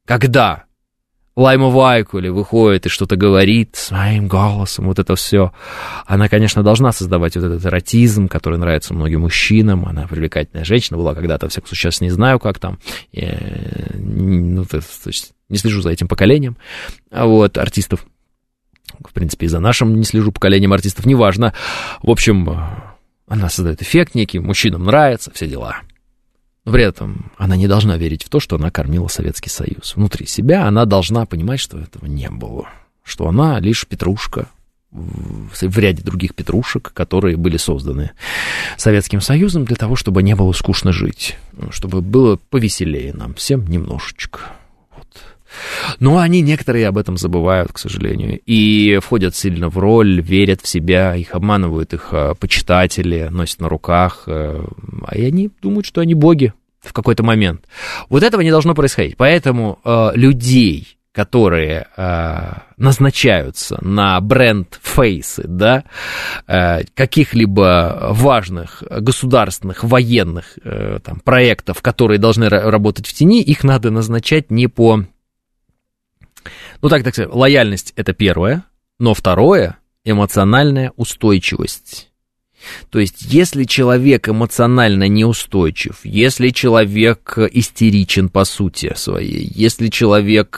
Лайма Вайкуле выходит и что-то говорит своим голосом, это все, она, конечно, должна создавать этот эротизм, который нравится многим мужчинам, она привлекательная женщина, была когда-то, всяком случае, сейчас не знаю, как там, то есть не слежу за этим поколением, артистов, в принципе, и за нашим не слежу поколением артистов, неважно, в общем... Она создает эффект некий, мужчинам нравится, все дела. Но при этом она не должна верить в то, что она кормила Советский Союз. Внутри себя она должна понимать, что этого не было. Что она лишь петрушка в ряде других петрушек, которые были созданы Советским Союзом для того, чтобы не было скучно жить. Чтобы было повеселее нам всем немножечко. Но они некоторые об этом забывают, к сожалению, и входят сильно в роль, верят в себя, их обманывают их почитатели, носят на руках, и они думают, что они боги в какой-то момент. Этого не должно происходить. Поэтому людей, которые назначаются на бренд-фейсы, да, каких-либо важных государственных, военных проектов, которые должны работать в тени, их надо назначать не по... так сказать, лояльность — это первое, но второе — эмоциональная устойчивость. То есть, если человек эмоционально неустойчив, если человек истеричен по сути своей, если человек,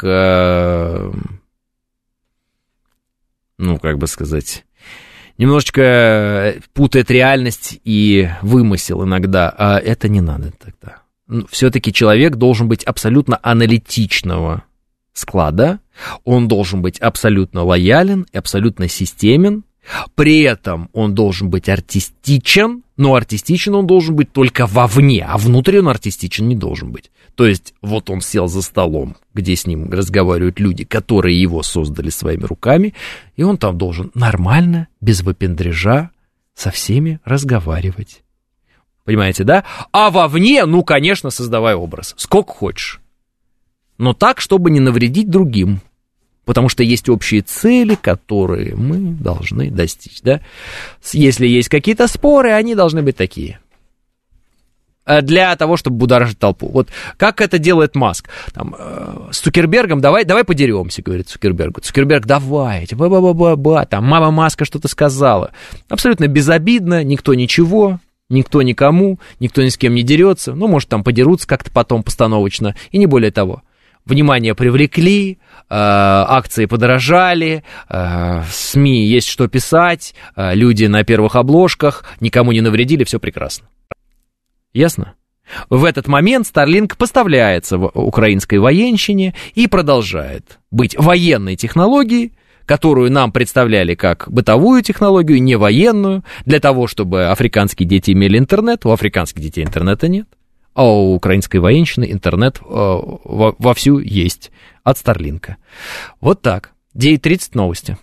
немножечко путает реальность и вымысел иногда, это не надо тогда. Все-таки человек должен быть абсолютно аналитичного склада, он должен быть абсолютно лоялен и абсолютно системен, при этом он должен быть артистичен, но артистичен он должен быть только вовне, а внутри он артистичен не должен быть. То есть он сел за столом, где с ним разговаривают люди, которые его создали своими руками, и он там должен нормально, без выпендрежа, со всеми разговаривать. Понимаете, да? А вовне, конечно, создавай образ, сколько хочешь. Но так, чтобы не навредить другим. Потому что есть общие цели, которые мы должны достичь, да? Если есть какие-то споры, они должны быть такие. Для того, чтобы будоражить толпу. Как это делает Маск? С Цукербергом давай подеремся, говорит Цукерберг. Цукерберг, давайте, мама Маска что-то сказала. Абсолютно безобидно, никто ничего, никто никому, никто ни с кем не дерется. Может, подерутся как-то потом постановочно, и не более того. Внимание привлекли, акции подорожали, СМИ есть что писать, люди на первых обложках, никому не навредили, все прекрасно. Ясно? В этот момент Starlink поставляется в украинской военщине и продолжает быть военной технологией, которую нам представляли как бытовую технологию, не военную, для того, чтобы африканские дети имели интернет. У африканских детей интернета нет, а у украинской военщины интернет вовсю есть от Старлинка. Вот так. 9:30 новости.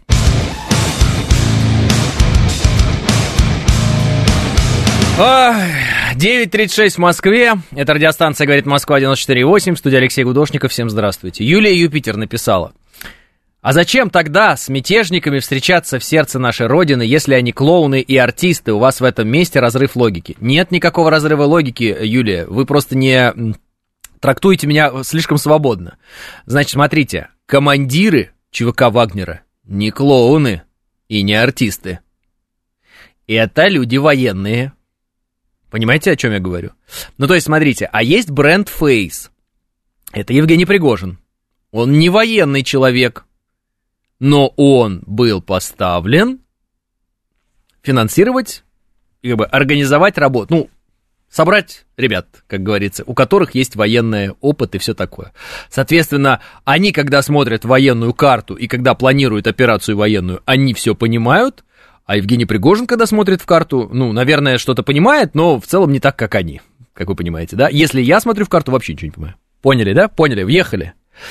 Ой, 9:36 в Москве. Это радиостанция «Говорит Москва» 94,8. Студия Алексей Гудошников. Всем здравствуйте. Юлия Юпитер написала: а зачем тогда с мятежниками встречаться в сердце нашей Родины, если они клоуны и артисты? У вас в этом месте разрыв логики. Нет никакого разрыва логики, Юлия. Вы просто не трактуете меня слишком свободно. Значит, смотрите, командиры ЧВК Вагнера не клоуны и не артисты. Это люди военные. Понимаете, о чем я говорю? Ну, то есть, смотрите, а есть бренд Фейс. Это Евгений Пригожин. Он не военный человек, но он был поставлен финансировать, как бы организовать работу. Ну, собрать ребят, как говорится, у которых есть военный опыт и все такое. Соответственно, они, когда смотрят военную карту и когда планируют операцию военную, они все понимают. А Евгений Пригожин, когда смотрит в карту, ну, наверное, что-то понимает, но в целом не так, как они, как вы понимаете, да? Если я смотрю в карту, вообще ничего не понимаю. Поняли, да? Поняли, въехали.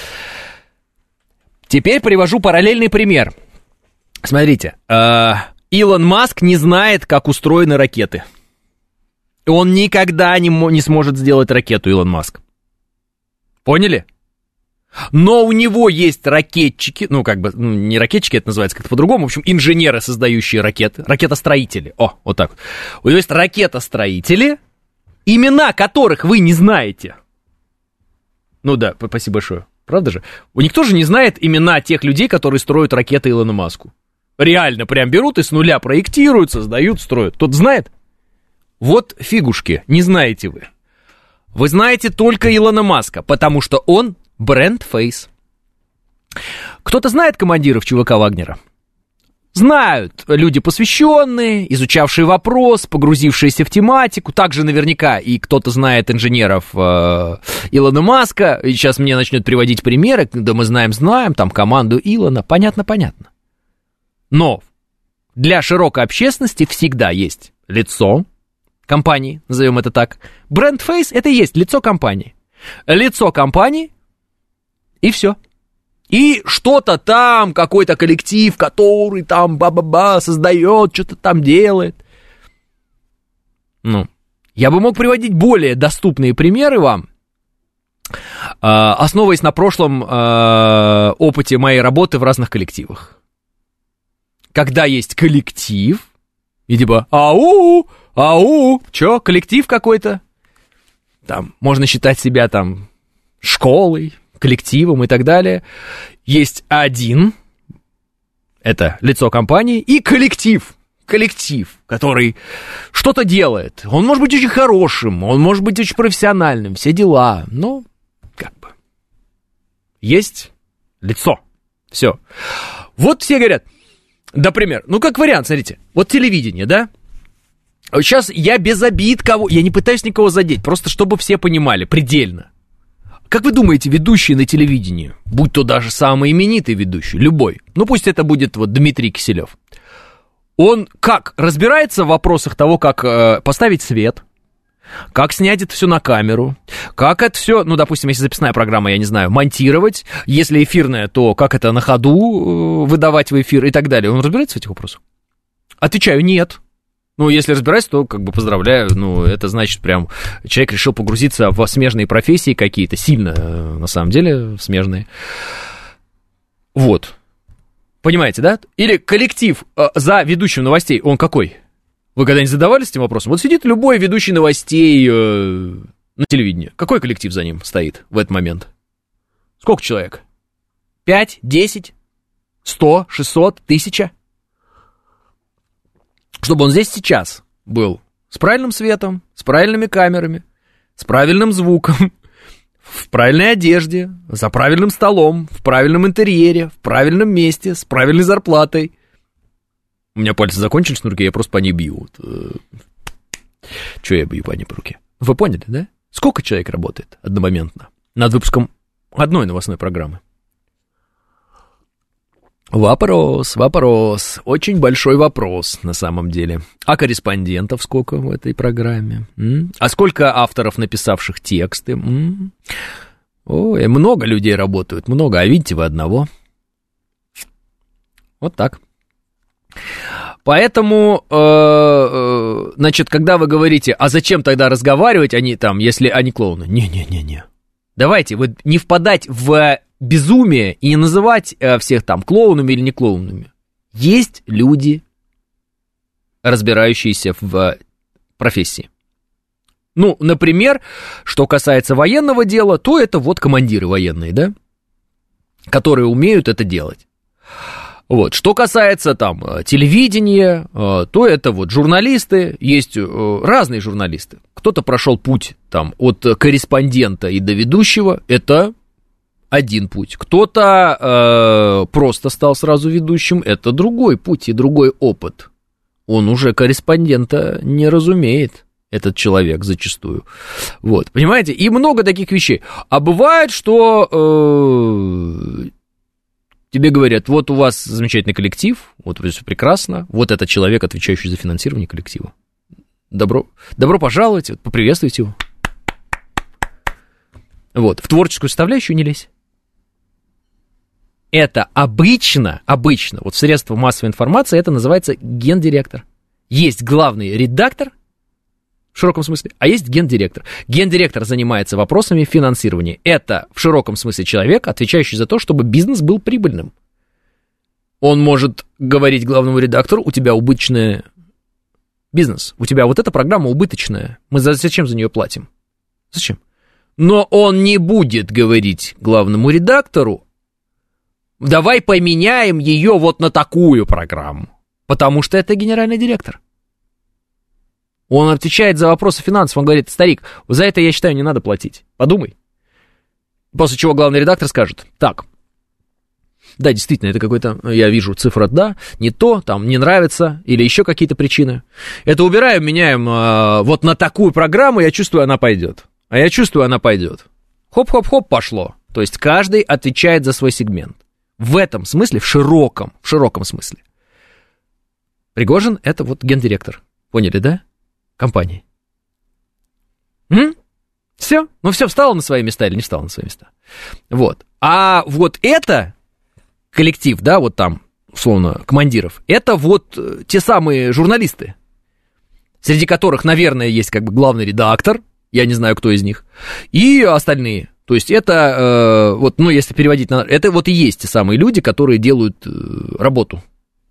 Теперь привожу параллельный пример. Смотрите, Илон Маск не знает, как устроены ракеты. Он никогда не сможет сделать ракету, Илон Маск. Поняли? Но у него есть ракетчики, ну, как бы, не ракетчики, это называется как-то по-другому, в общем, инженеры, создающие ракеты, ракетостроители, вот так вот. У него есть ракетостроители, имена которых вы не знаете. Ну да, спасибо большое, правда же? Никто же не знает имена тех людей, которые строят ракеты Илону Маску. Реально, прям берут и с нуля проектируют, создают, строят. Кто-то знает? Вот фигушки, не знаете вы. Вы знаете только Илона Маска, потому что он бренд Фейс. Кто-то знает командиров ЧВК Вагнера? Знают люди посвященные, изучавшие вопрос, погрузившиеся в тематику. Также наверняка и кто-то знает инженеров Илона Маска. И сейчас мне начнет приводить примеры, когда мы знаем, там команду Илона. Понятно. Но для широкой общественности всегда есть лицо компании, назовем это так. Бренд Фейс — это и есть лицо компании. Лицо компании, и все. И что-то там, какой-то коллектив, который там создает, что-то там делает. Ну, я бы мог приводить более доступные примеры вам, основываясь на прошлом опыте моей работы в разных коллективах. Когда есть коллектив, и типа, чё, коллектив какой-то? Там, можно считать себя там школой, коллективом и так далее. Есть один, это лицо компании, и коллектив, который что-то делает. Он может быть очень хорошим, он может быть очень профессиональным, все дела, но как бы есть лицо, все. Вот все говорят, например, ну как вариант, смотрите, вот телевидение, да? Сейчас я без обид я не пытаюсь никого задеть, просто чтобы все понимали предельно. Как вы думаете, ведущий на телевидении, будь то даже самый именитый ведущий, любой, ну пусть это будет вот Дмитрий Киселев, он как разбирается в вопросах того, как поставить свет, как снять это все на камеру, как это все, ну, допустим, если записная программа, я не знаю, монтировать, если эфирная, то как это на ходу выдавать в эфир и так далее. Он разбирается в этих вопросах? Отвечаю, нет. Ну, если разбираюсь, то, как бы, поздравляю, ну, это значит, прям, человек решил погрузиться в смежные профессии какие-то, сильно, на самом деле, смежные. Вот. Понимаете, да? Или коллектив за ведущим новостей, он какой? Вы когда-нибудь задавались этим вопросом? Вот сидит любой ведущий новостей на телевидении. Какой коллектив за ним стоит в этот момент? Сколько человек? 5, 10, 100, 600, 1000? Чтобы он здесь сейчас был с правильным светом, с правильными камерами, с правильным звуком, в правильной одежде, за правильным столом, в правильном интерьере, в правильном месте, с правильной зарплатой. У меня пальцы закончились на руке, я просто по ней бью. Чего я бью по ней по руке? Вы поняли, да? Сколько человек работает одномоментно над выпуском одной новостной программы? Вопрос. Очень большой вопрос на самом деле. А корреспондентов сколько в этой программе? А сколько авторов, написавших тексты? Ой, много людей работают, много, а видите вы одного. Вот так. Поэтому, значит, когда вы говорите, а зачем тогда разговаривать, они там, если они клоуны? Не-не-не-не. Давайте вот не впадать в безумие и не называть всех там клоунами или не клоунами. Есть люди, разбирающиеся в профессии. Ну, например, что касается военного дела, то это вот командиры военные, да, которые умеют это делать. Вот. Что касается там телевидения, то это вот журналисты, есть разные журналисты. Кто-то прошел путь там от корреспондента и до ведущего, это один путь. Кто-то просто стал сразу ведущим, это другой путь и другой опыт. Он уже корреспондента не разумеет, этот человек зачастую. Вот, понимаете? И много таких вещей. А бывает, что тебе говорят, вот у вас замечательный коллектив, вот все прекрасно, вот этот человек, отвечающий за финансирование коллектива. Добро пожаловать, вот, поприветствуйте его. Вот, в творческую составляющую не лезь. Это обычно, вот в средствах массовой информации это называется гендиректор. Есть главный редактор, в широком смысле, а есть гендиректор. Гендиректор занимается вопросами финансирования. Это в широком смысле человек, отвечающий за то, чтобы бизнес был прибыльным. Он может говорить главному редактору, у тебя убыточный бизнес, у тебя вот эта программа убыточная, мы зачем за нее платим? Зачем? Но он не будет говорить главному редактору, давай поменяем ее вот на такую программу, потому что это генеральный директор. Он отвечает за вопросы финансов, он говорит, старик, за это, я считаю, не надо платить, подумай. После чего главный редактор скажет, так, да, действительно, это какой-то, я вижу цифра, да, не то, там, не нравится, или еще какие-то причины. Это убираем, меняем вот на такую программу, я чувствую, она пойдет. А я чувствую, она пойдет. Хоп-хоп-хоп, пошло. То есть каждый отвечает за свой сегмент. В этом смысле, в широком смысле. Пригожин — это вот гендиректор. Поняли, да? Компании. Все? Ну все, встало на свои места или не встало на свои места? Вот. А вот это коллектив, да, вот там, условно, командиров, это вот те самые журналисты, среди которых, наверное, есть как бы главный редактор, я не знаю, кто из них, и остальные. То есть это, вот, ну, если переводить на... Это вот и есть те самые люди, которые делают работу.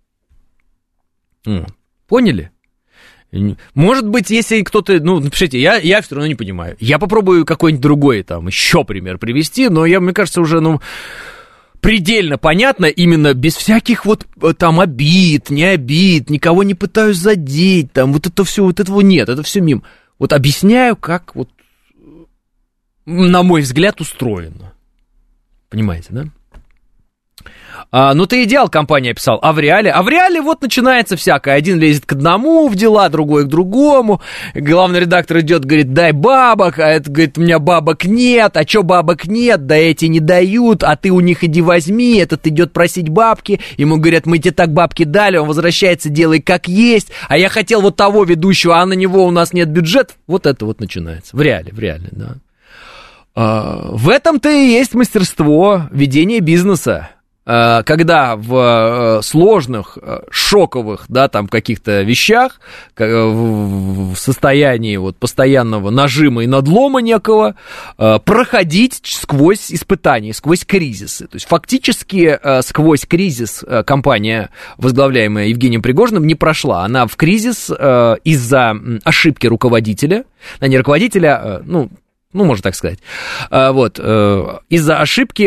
Поняли? Может быть, если кто-то, ну, напишите, я все равно не понимаю. Я попробую какой-нибудь другой там еще пример привести, но мне кажется, уже, ну, предельно понятно, именно без всяких вот там обид, не обид, никого не пытаюсь задеть, там, вот это все, вот этого нет, это все мимо. Вот объясняю, как вот, на мой взгляд, устроено. Понимаете, да? Ну, ты идеал, компания описал, а в реале вот начинается всякое. Один лезет к одному в дела, другой к другому. Главный редактор идет, говорит, дай бабок, а это говорит, у меня бабок нет, а чё бабок нет, да эти не дают, а ты у них иди возьми, этот идет просить бабки, ему говорят, мы тебе так бабки дали, он возвращается, делай как есть, а я хотел вот того ведущего, а на него у нас нет бюджета. Вот это вот начинается, в реале, да. В этом-то и есть мастерство ведения бизнеса. Когда в сложных, шоковых, да, там, каких-то вещах, в состоянии вот постоянного нажима и надлома некого, проходить сквозь испытания, сквозь кризисы. То есть, фактически, сквозь кризис компания, возглавляемая Евгением Пригожиным, не прошла. Она в кризис из-за ошибки руководителя, не руководителя, ну, можно так сказать, вот, из-за ошибки,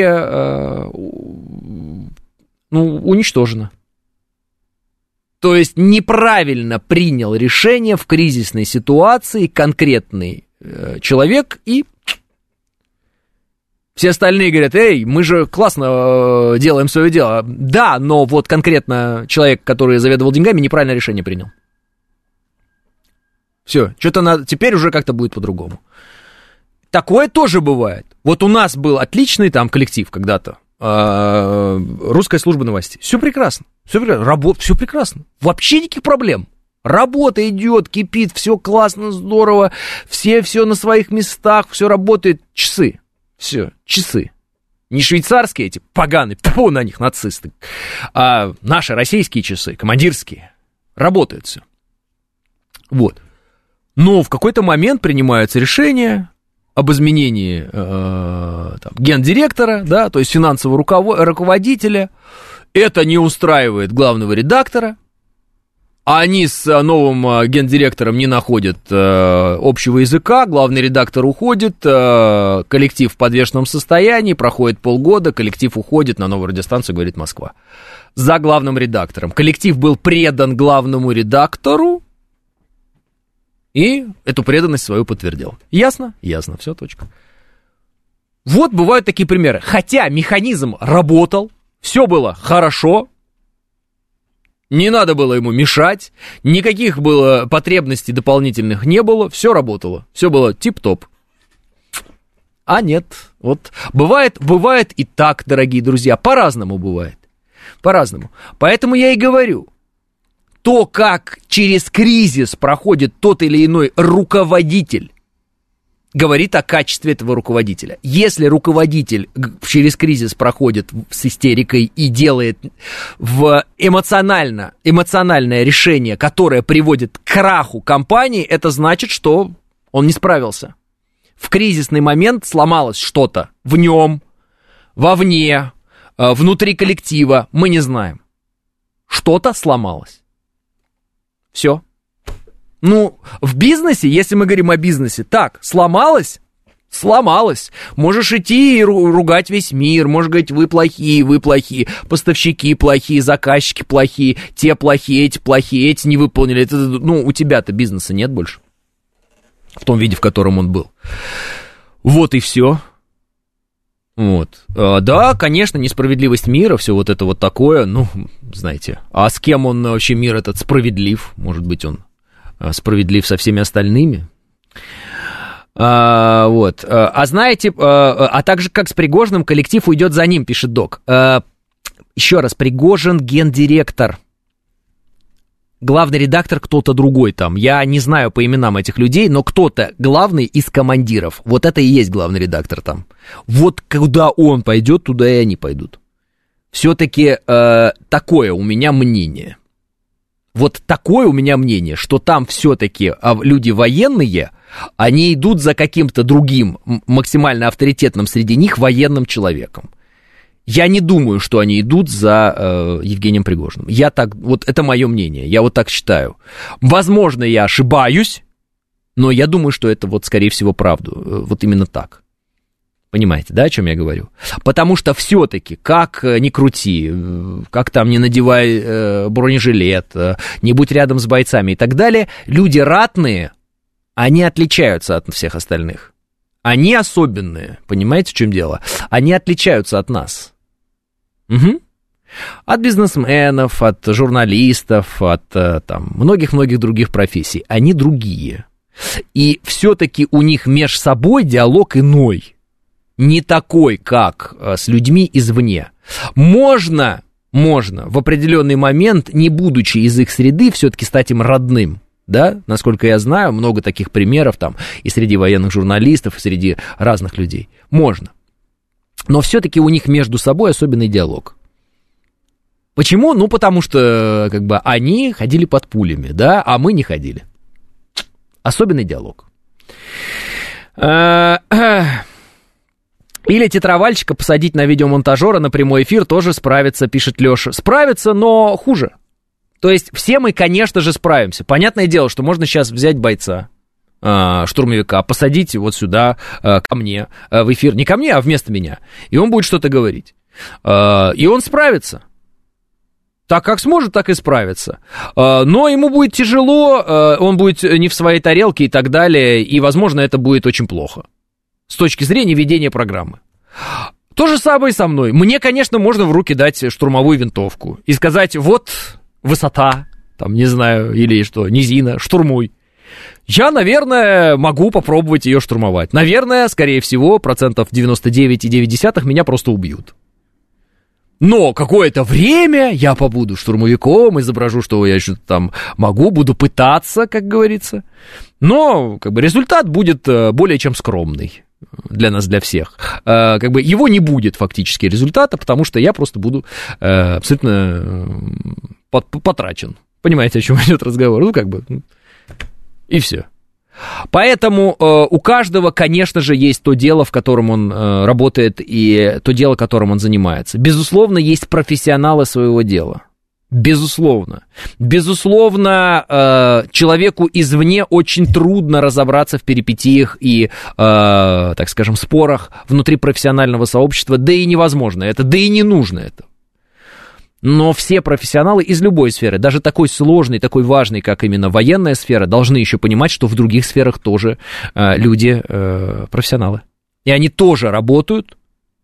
уничтожена. То есть неправильно принял решение в кризисной ситуации конкретный человек, и все остальные говорят, эй, мы же классно делаем свое дело. Да, но вот конкретно человек, который заведовал деньгами, неправильное решение принял. Все, что-то теперь уже как-то будет по-другому. Такое тоже бывает. Вот у нас был отличный там коллектив когда-то. русская служба новостей. Все прекрасно. Все прекрасно. Вообще никаких проблем. Работа идет, кипит, все классно, здорово. Все на своих местах, все работает. Часы. Все, часы. Не швейцарские эти поганые, тьфу на них, нацисты, а наши российские часы, командирские. Работает все. Вот. Но в какой-то момент принимаются решения об изменении гендиректора, да, то есть финансового руководителя. Это не устраивает главного редактора. Они с новым гендиректором не находят общего языка, главный редактор уходит, коллектив в подвешенном состоянии, проходит полгода, коллектив уходит на новую радиостанцию, говорит Москва, за главным редактором. Коллектив был предан главному редактору и эту преданность свою подтвердил. Ясно? Ясно, все, точка. Вот бывают такие примеры. Хотя механизм работал, все было хорошо, не надо было ему мешать, никаких было потребностей дополнительных не было, все работало, все было тип-топ. А нет, вот бывает и так, дорогие друзья, по-разному бывает, по-разному. Поэтому я и говорю, то, как через кризис проходит тот или иной руководитель, говорит о качестве этого руководителя. Если руководитель через кризис проходит с истерикой и делает в эмоциональное решение, которое приводит к краху компании, это значит, что он не справился. В кризисный момент сломалось что-то в нем, вовне, внутри коллектива, мы не знаем. Что-то сломалось. Все. Ну, в бизнесе, если мы говорим о бизнесе, так, сломалось. Можешь идти и ругать весь мир, можешь говорить, вы плохие, поставщики плохие, заказчики плохие, те плохие, эти не выполнили. Это, ну, у тебя-то бизнеса нет больше, в том виде, в котором он был. Вот и все. Вот. Да, конечно, несправедливость мира, все вот это вот такое, ну, знаете, а с кем он вообще мир этот справедлив? Может быть, он справедлив со всеми остальными. Вот. А знаете, а также как с Пригожиным, коллектив уйдет за ним, пишет Док. Еще раз, Пригожин гендиректор. Главный редактор кто-то другой там. Я не знаю по именам этих людей, но кто-то главный из командиров. Вот это и есть главный редактор там. Вот куда он пойдет, туда и они пойдут. Все-таки такое у меня мнение. Вот такое у меня мнение, что там все-таки люди военные, они идут за каким-то другим, максимально авторитетным среди них военным человеком. Я не думаю, что они идут за Евгением Пригожиным. Я так, вот это мое мнение, я вот так считаю. Возможно, я ошибаюсь, но я думаю, что это вот, скорее всего, правда. Вот именно так. Понимаете, да, о чем я говорю? Потому что все-таки, как ни крути, как там не надевай бронежилет, не будь рядом с бойцами и так далее, люди ратные, они отличаются от всех остальных. Они особенные, понимаете, в чем дело? Они отличаются от нас. Угу. От бизнесменов, от журналистов, от там, многих-многих других профессий. Они другие. И все-таки у них между собой диалог иной. Не такой, как с людьми извне. Можно в определенный момент, не будучи из их среды, все-таки стать им родным. Да, насколько я знаю, много таких примеров там и среди военных журналистов, и среди разных людей. Можно. Но все-таки у них между собой особенный диалог. Почему? Ну, потому что, как бы, они ходили под пулями, да, а мы не ходили. Особенный диалог. Или тетровальщика посадить на видеомонтажера на прямой эфир тоже справится, пишет Леша. Справится, но хуже. То есть все мы, конечно же, справимся. Понятное дело, что можно сейчас взять бойца, штурмовика, посадить вот сюда, ко мне, в эфир. Не ко мне, а вместо меня. И он будет что-то говорить. И он справится. Так как сможет, так и справится. Но ему будет тяжело, он будет не в своей тарелке и так далее. И, возможно, это будет очень плохо. С точки зрения ведения программы. То же самое и со мной. Мне, конечно, можно в руки дать штурмовую винтовку и сказать, вот высота, там, не знаю, или что, низина, штурмуй. Я, наверное, могу попробовать ее штурмовать. Наверное, скорее всего, 99,9% меня просто убьют. Но какое-то время я побуду штурмовиком, изображу, что я что-то там могу, буду пытаться, как говорится. Но как бы результат будет более чем скромный для нас, для всех. Как бы его не будет фактически результата, потому что я просто буду абсолютно потрачен. Понимаете, о чем идет разговор? Ну, как бы, и все. Поэтому у каждого, конечно же, есть то дело, в котором он работает, и то дело, которым он занимается. Безусловно, есть профессионалы своего дела. Безусловно. Безусловно, человеку извне очень трудно разобраться в перипетиях и, так скажем, спорах внутри профессионального сообщества, да и невозможно это, да и не нужно это. Но все профессионалы из любой сферы, даже такой сложной, такой важной, как именно военная сфера, должны еще понимать, что в других сферах тоже люди профессионалы. И они тоже работают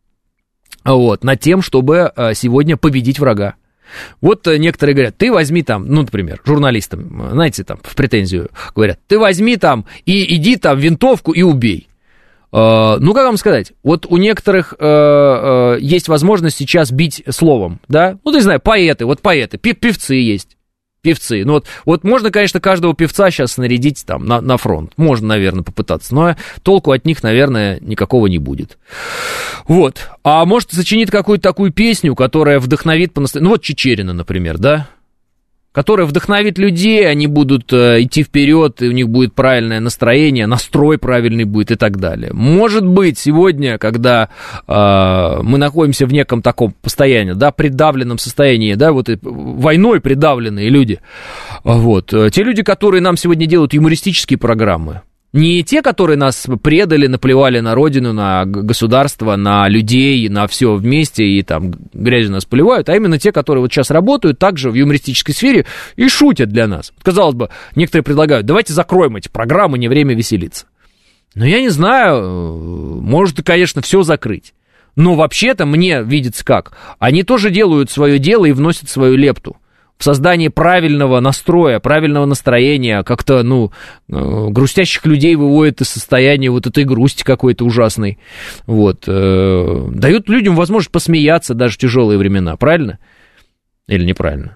над тем, чтобы сегодня победить врага. Вот некоторые говорят, ты возьми там, ну, например, журналистам, знаете, там в претензию говорят, ты возьми там и иди там винтовку и убей. Ну, как вам сказать, вот у некоторых есть возможность сейчас бить словом, да? Ну, не знаю, поэты, певцы есть, певцы. Ну, вот можно, конечно, каждого певца сейчас снарядить там на фронт, можно, наверное, попытаться, но толку от них, наверное, никакого не будет. Вот, а может, сочинит какую-то такую песню, которая вдохновит по-настоящему, ну, вот Чичерина, например, да? Которая вдохновит людей, они будут идти вперед, и у них будет правильное настроение, настрой правильный будет и так далее. Может быть, сегодня, когда мы находимся в неком таком постоянии, да, придавленном состоянии, да, вот войной придавленные люди, вот, те люди, которые нам сегодня делают юмористические программы, не те, которые нас предали, наплевали на родину, на государство, на людей, на все вместе и там грязью нас поливают, а именно те, которые вот сейчас работают также в юмористической сфере и шутят для нас. Казалось бы, некоторые предлагают, давайте закроем эти программы, не время веселиться. Но я не знаю, может, конечно, все закрыть. Но вообще-то мне видится как. Они тоже делают свое дело и вносят свою лепту в создание правильного настроя, правильного настроения, как-то, ну, грустящих людей выводят из состояния вот этой грусти какой-то ужасной, вот, дают людям возможность посмеяться даже в тяжелые времена, правильно? Или неправильно?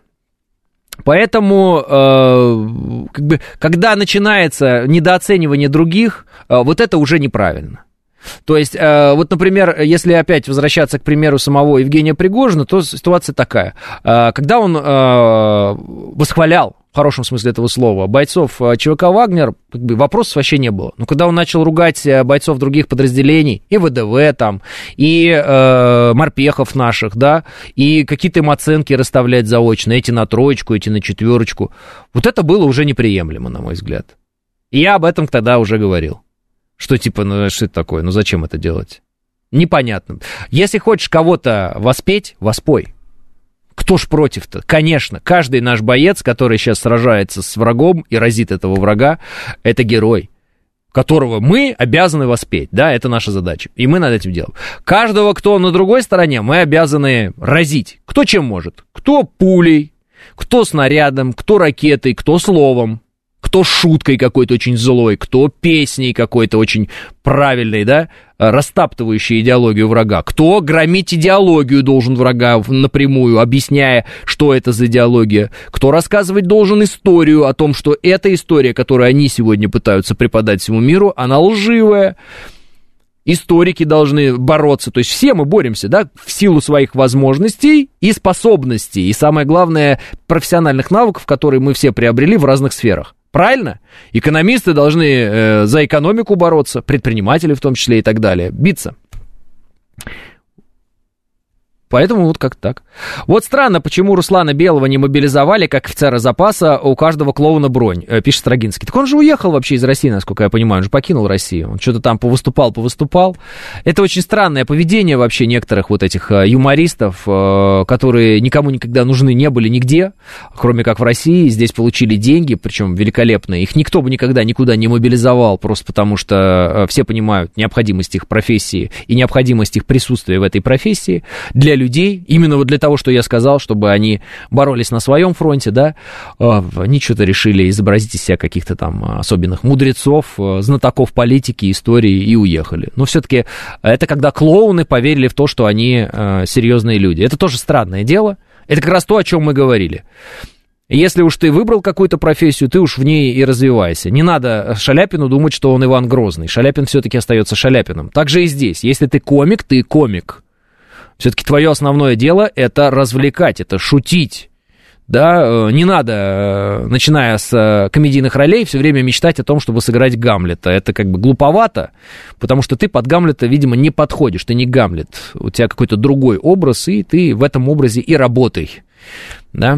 Поэтому, как бы, когда начинается недооценивание других, вот это уже неправильно. То есть, вот, например, если опять возвращаться к примеру самого Евгения Пригожина, то ситуация такая. Когда он восхвалял, в хорошем смысле этого слова, бойцов ЧВК «Вагнер», как бы вопросов вообще не было. Но когда он начал ругать бойцов других подразделений, и ВДВ там, и морпехов наших, да, и какие-то им оценки расставлять заочно, эти на 3, эти на 4, вот это было уже неприемлемо, на мой взгляд. И я об этом тогда уже говорил. Что типа, ну что это такое, ну зачем это делать? Непонятно. Если хочешь кого-то воспеть, воспой. Кто ж против-то? Конечно, каждый наш боец, который сейчас сражается с врагом и разит этого врага, это герой, которого мы обязаны воспеть, да, это наша задача, и мы над этим делаем. Каждого, кто на другой стороне, мы обязаны разить. Кто чем может? Кто пулей, кто снарядом, кто ракетой, кто словом. Кто шуткой какой-то очень злой, кто песней какой-то очень правильной, да, растаптывающей идеологию врага, кто громить идеологию должен врага напрямую, объясняя, что это за идеология, кто рассказывать должен историю о том, что эта история, которую они сегодня пытаются преподать всему миру, она лживая. Историки должны бороться, то есть все мы боремся, да, в силу своих возможностей и способностей, и самое главное, профессиональных навыков, которые мы все приобрели в разных сферах. Правильно? Экономисты должны за экономику бороться, предприниматели в том числе и так далее, биться. Поэтому вот как так. Вот странно, почему Руслана Белого не мобилизовали как офицера запаса, у каждого клоуна бронь, пишет Строгинский. Так он же уехал вообще из России, насколько я понимаю, он же покинул Россию. Он что-то там повыступал. Это очень странное поведение вообще некоторых вот этих юмористов, которые никому никогда нужны не были нигде, кроме как в России. Здесь получили деньги, причем великолепные. Их никто бы никогда никуда не мобилизовал, просто потому что все понимают необходимость их профессии и необходимость их присутствия в этой профессии для людей, людей, именно вот для того, что я сказал, чтобы они боролись на своем фронте, да, они что-то решили изобразить из себя каких-то там особенных мудрецов, знатоков политики, истории и уехали. Но все-таки это когда клоуны поверили в то, что они серьезные люди. Это тоже странное дело. Это как раз то, о чем мы говорили. Если уж ты выбрал какую-то профессию, ты уж в ней и развивайся. Не надо Шаляпину думать, что он Иван Грозный. Шаляпин все-таки остается Шаляпиным. Так же и здесь. Если ты комик, ты комик. Все-таки твое основное дело — это развлекать, это шутить. Да, не надо, начиная с комедийных ролей, все время мечтать о том, чтобы сыграть Гамлета. Это как бы глуповато, потому что ты под Гамлета, видимо, не подходишь, ты не Гамлет. У тебя какой-то другой образ, и ты в этом образе и работай. Да?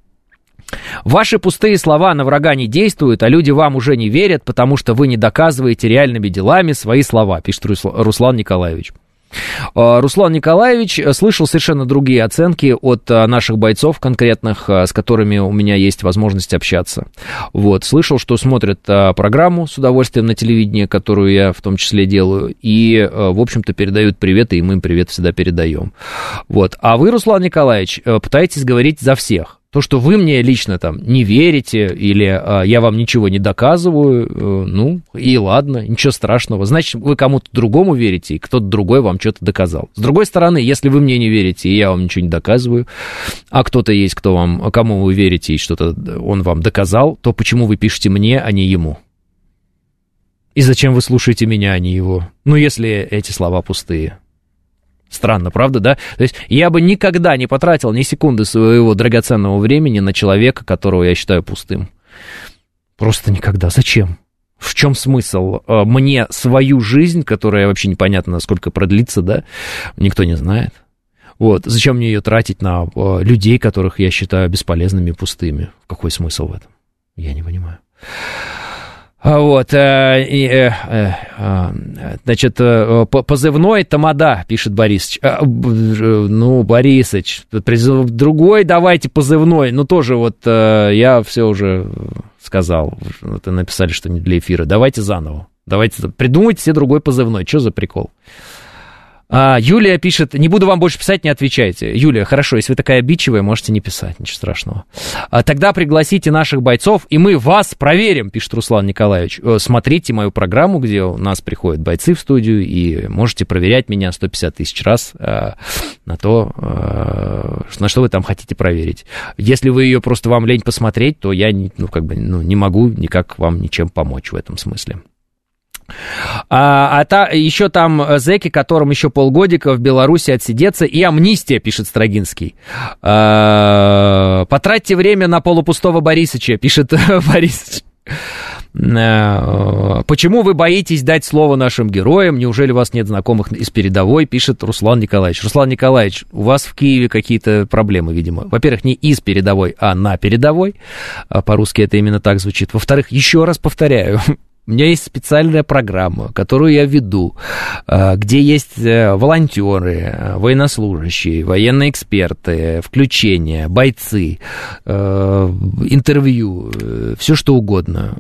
Ваши пустые слова на врага не действуют, а люди вам уже не верят, потому что вы не доказываете реальными делами свои слова, пишет Руслан Николаевич. Руслан Николаевич слышал совершенно другие оценки от наших бойцов конкретных, с которыми у меня есть возможность общаться. Вот, слышал, что смотрят программу с удовольствием на телевидении, которую я в том числе делаю, и, в общем-то, передают привет, и мы им привет всегда передаем. Вот. А вы, Руслан Николаевич, пытаетесь говорить за всех. То, что вы мне лично там не верите, или я вам ничего не доказываю, ну, и ладно, ничего страшного. Значит, вы кому-то другому верите, и кто-то другой вам что-то доказал. С другой стороны, если вы мне не верите, и я вам ничего не доказываю, а кто-то есть, кому вы верите, и что-то он вам доказал, то почему вы пишете мне, а не ему? И зачем вы слушаете меня, а не его? Ну, если эти слова пустые. Странно, правда, да? То есть я бы никогда не потратил ни секунды своего драгоценного времени на человека, которого я считаю пустым. Просто никогда. Зачем? В чем смысл? Мне свою жизнь, которая вообще непонятно, насколько продлится, да, никто не знает. Вот. Зачем мне ее тратить на людей, которых я считаю бесполезными и пустыми? Какой смысл в этом? Я не понимаю. Вот, значит, позывной Тамада, пишет Борисыч. Ну, Борисыч, другой давайте позывной. Ну, тоже вот я все уже сказал. Вот, написали, что не для эфира. Давайте заново. Давайте придумайте себе другой позывной. Что за прикол? Юлия пишет, не буду вам больше писать, не отвечайте. Юлия, хорошо, если вы такая обидчивая, можете не писать, ничего страшного. Тогда пригласите наших бойцов, и мы вас проверим, пишет Руслан Николаевич. Смотрите мою программу, где у нас приходят бойцы в студию, и можете проверять меня 150 тысяч раз на то, на что вы там хотите проверить. Если вы ее просто вам лень посмотреть, то я не могу никак вам ничем помочь в этом смысле. Еще там зэки, которым еще полгодика в Беларуси отсидеться, и амнистия, пишет Строгинский. Потратьте время на полупустого Борисыча, пишет Борисыч. Почему вы боитесь дать слово нашим героям? Неужели у вас нет знакомых из передовой? Пишет Руслан Николаевич. Руслан Николаевич, у вас в Киеве какие-то проблемы, видимо. Во-первых, не из передовой, а на передовой. По-русски это именно так звучит. Во-вторых, еще раз повторяю, у меня есть специальная программа, которую я веду, где есть волонтеры, военнослужащие, военные эксперты, включения, бойцы, интервью, все что угодно.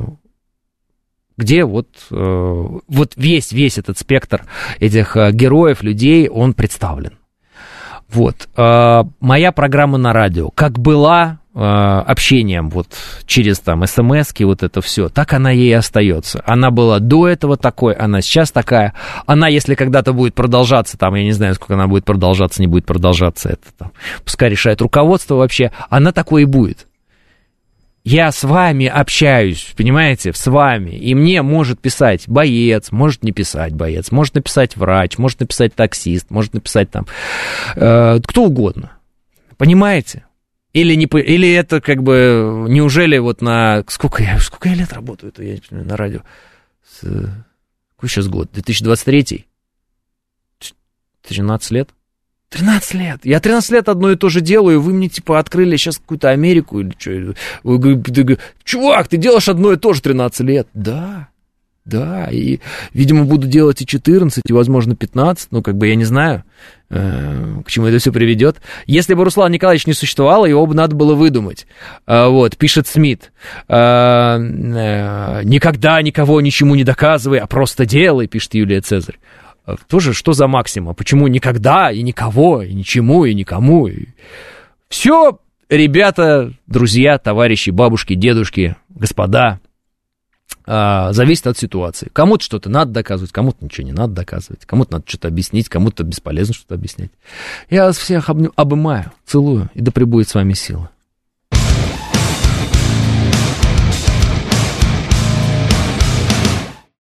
Где вот весь этот спектр этих героев, людей, он представлен. Вот. Моя программа на радио, как была общением вот через там смски, вот это все, так она ей и остается. Она была до этого такой, она сейчас такая. Она, если когда-то будет продолжаться, там, я не знаю, сколько она будет продолжаться, не будет продолжаться, это там, пускай решает руководство вообще, она такой и будет. Я с вами общаюсь, понимаете, с вами, и мне может писать боец, может не писать боец, может написать врач, может написать таксист, может написать там кто угодно, понимаете? Или это как бы, неужели вот на... Сколько я лет работаю на радио? Какой сейчас год? 2023? 13 лет? 13 лет. Я 13 лет одно и то же делаю, вы мне типа открыли сейчас какую-то Америку или что? Вы говорите, чувак, ты делаешь одно и то же 13 лет. Да, и, видимо, буду делать и 14, и, возможно, 15, ну, как бы, я не знаю, к чему это все приведет. Если бы Руслан Николаевич не существовал, его бы надо было выдумать. Вот, пишет Смит. Никогда никого ничему не доказывай, а просто делай, пишет Юлия Цезарь. Тоже что за максима? Почему никогда, и никого, и ничему, и никому? Все, ребята, друзья, товарищи, бабушки, дедушки, господа, зависит от ситуации. Кому-то что-то надо доказывать, кому-то ничего не надо доказывать, кому-то надо что-то объяснить, кому-то бесполезно что-то объяснять. Я вас всех обнимаю, целую, и да пребудет с вами сила.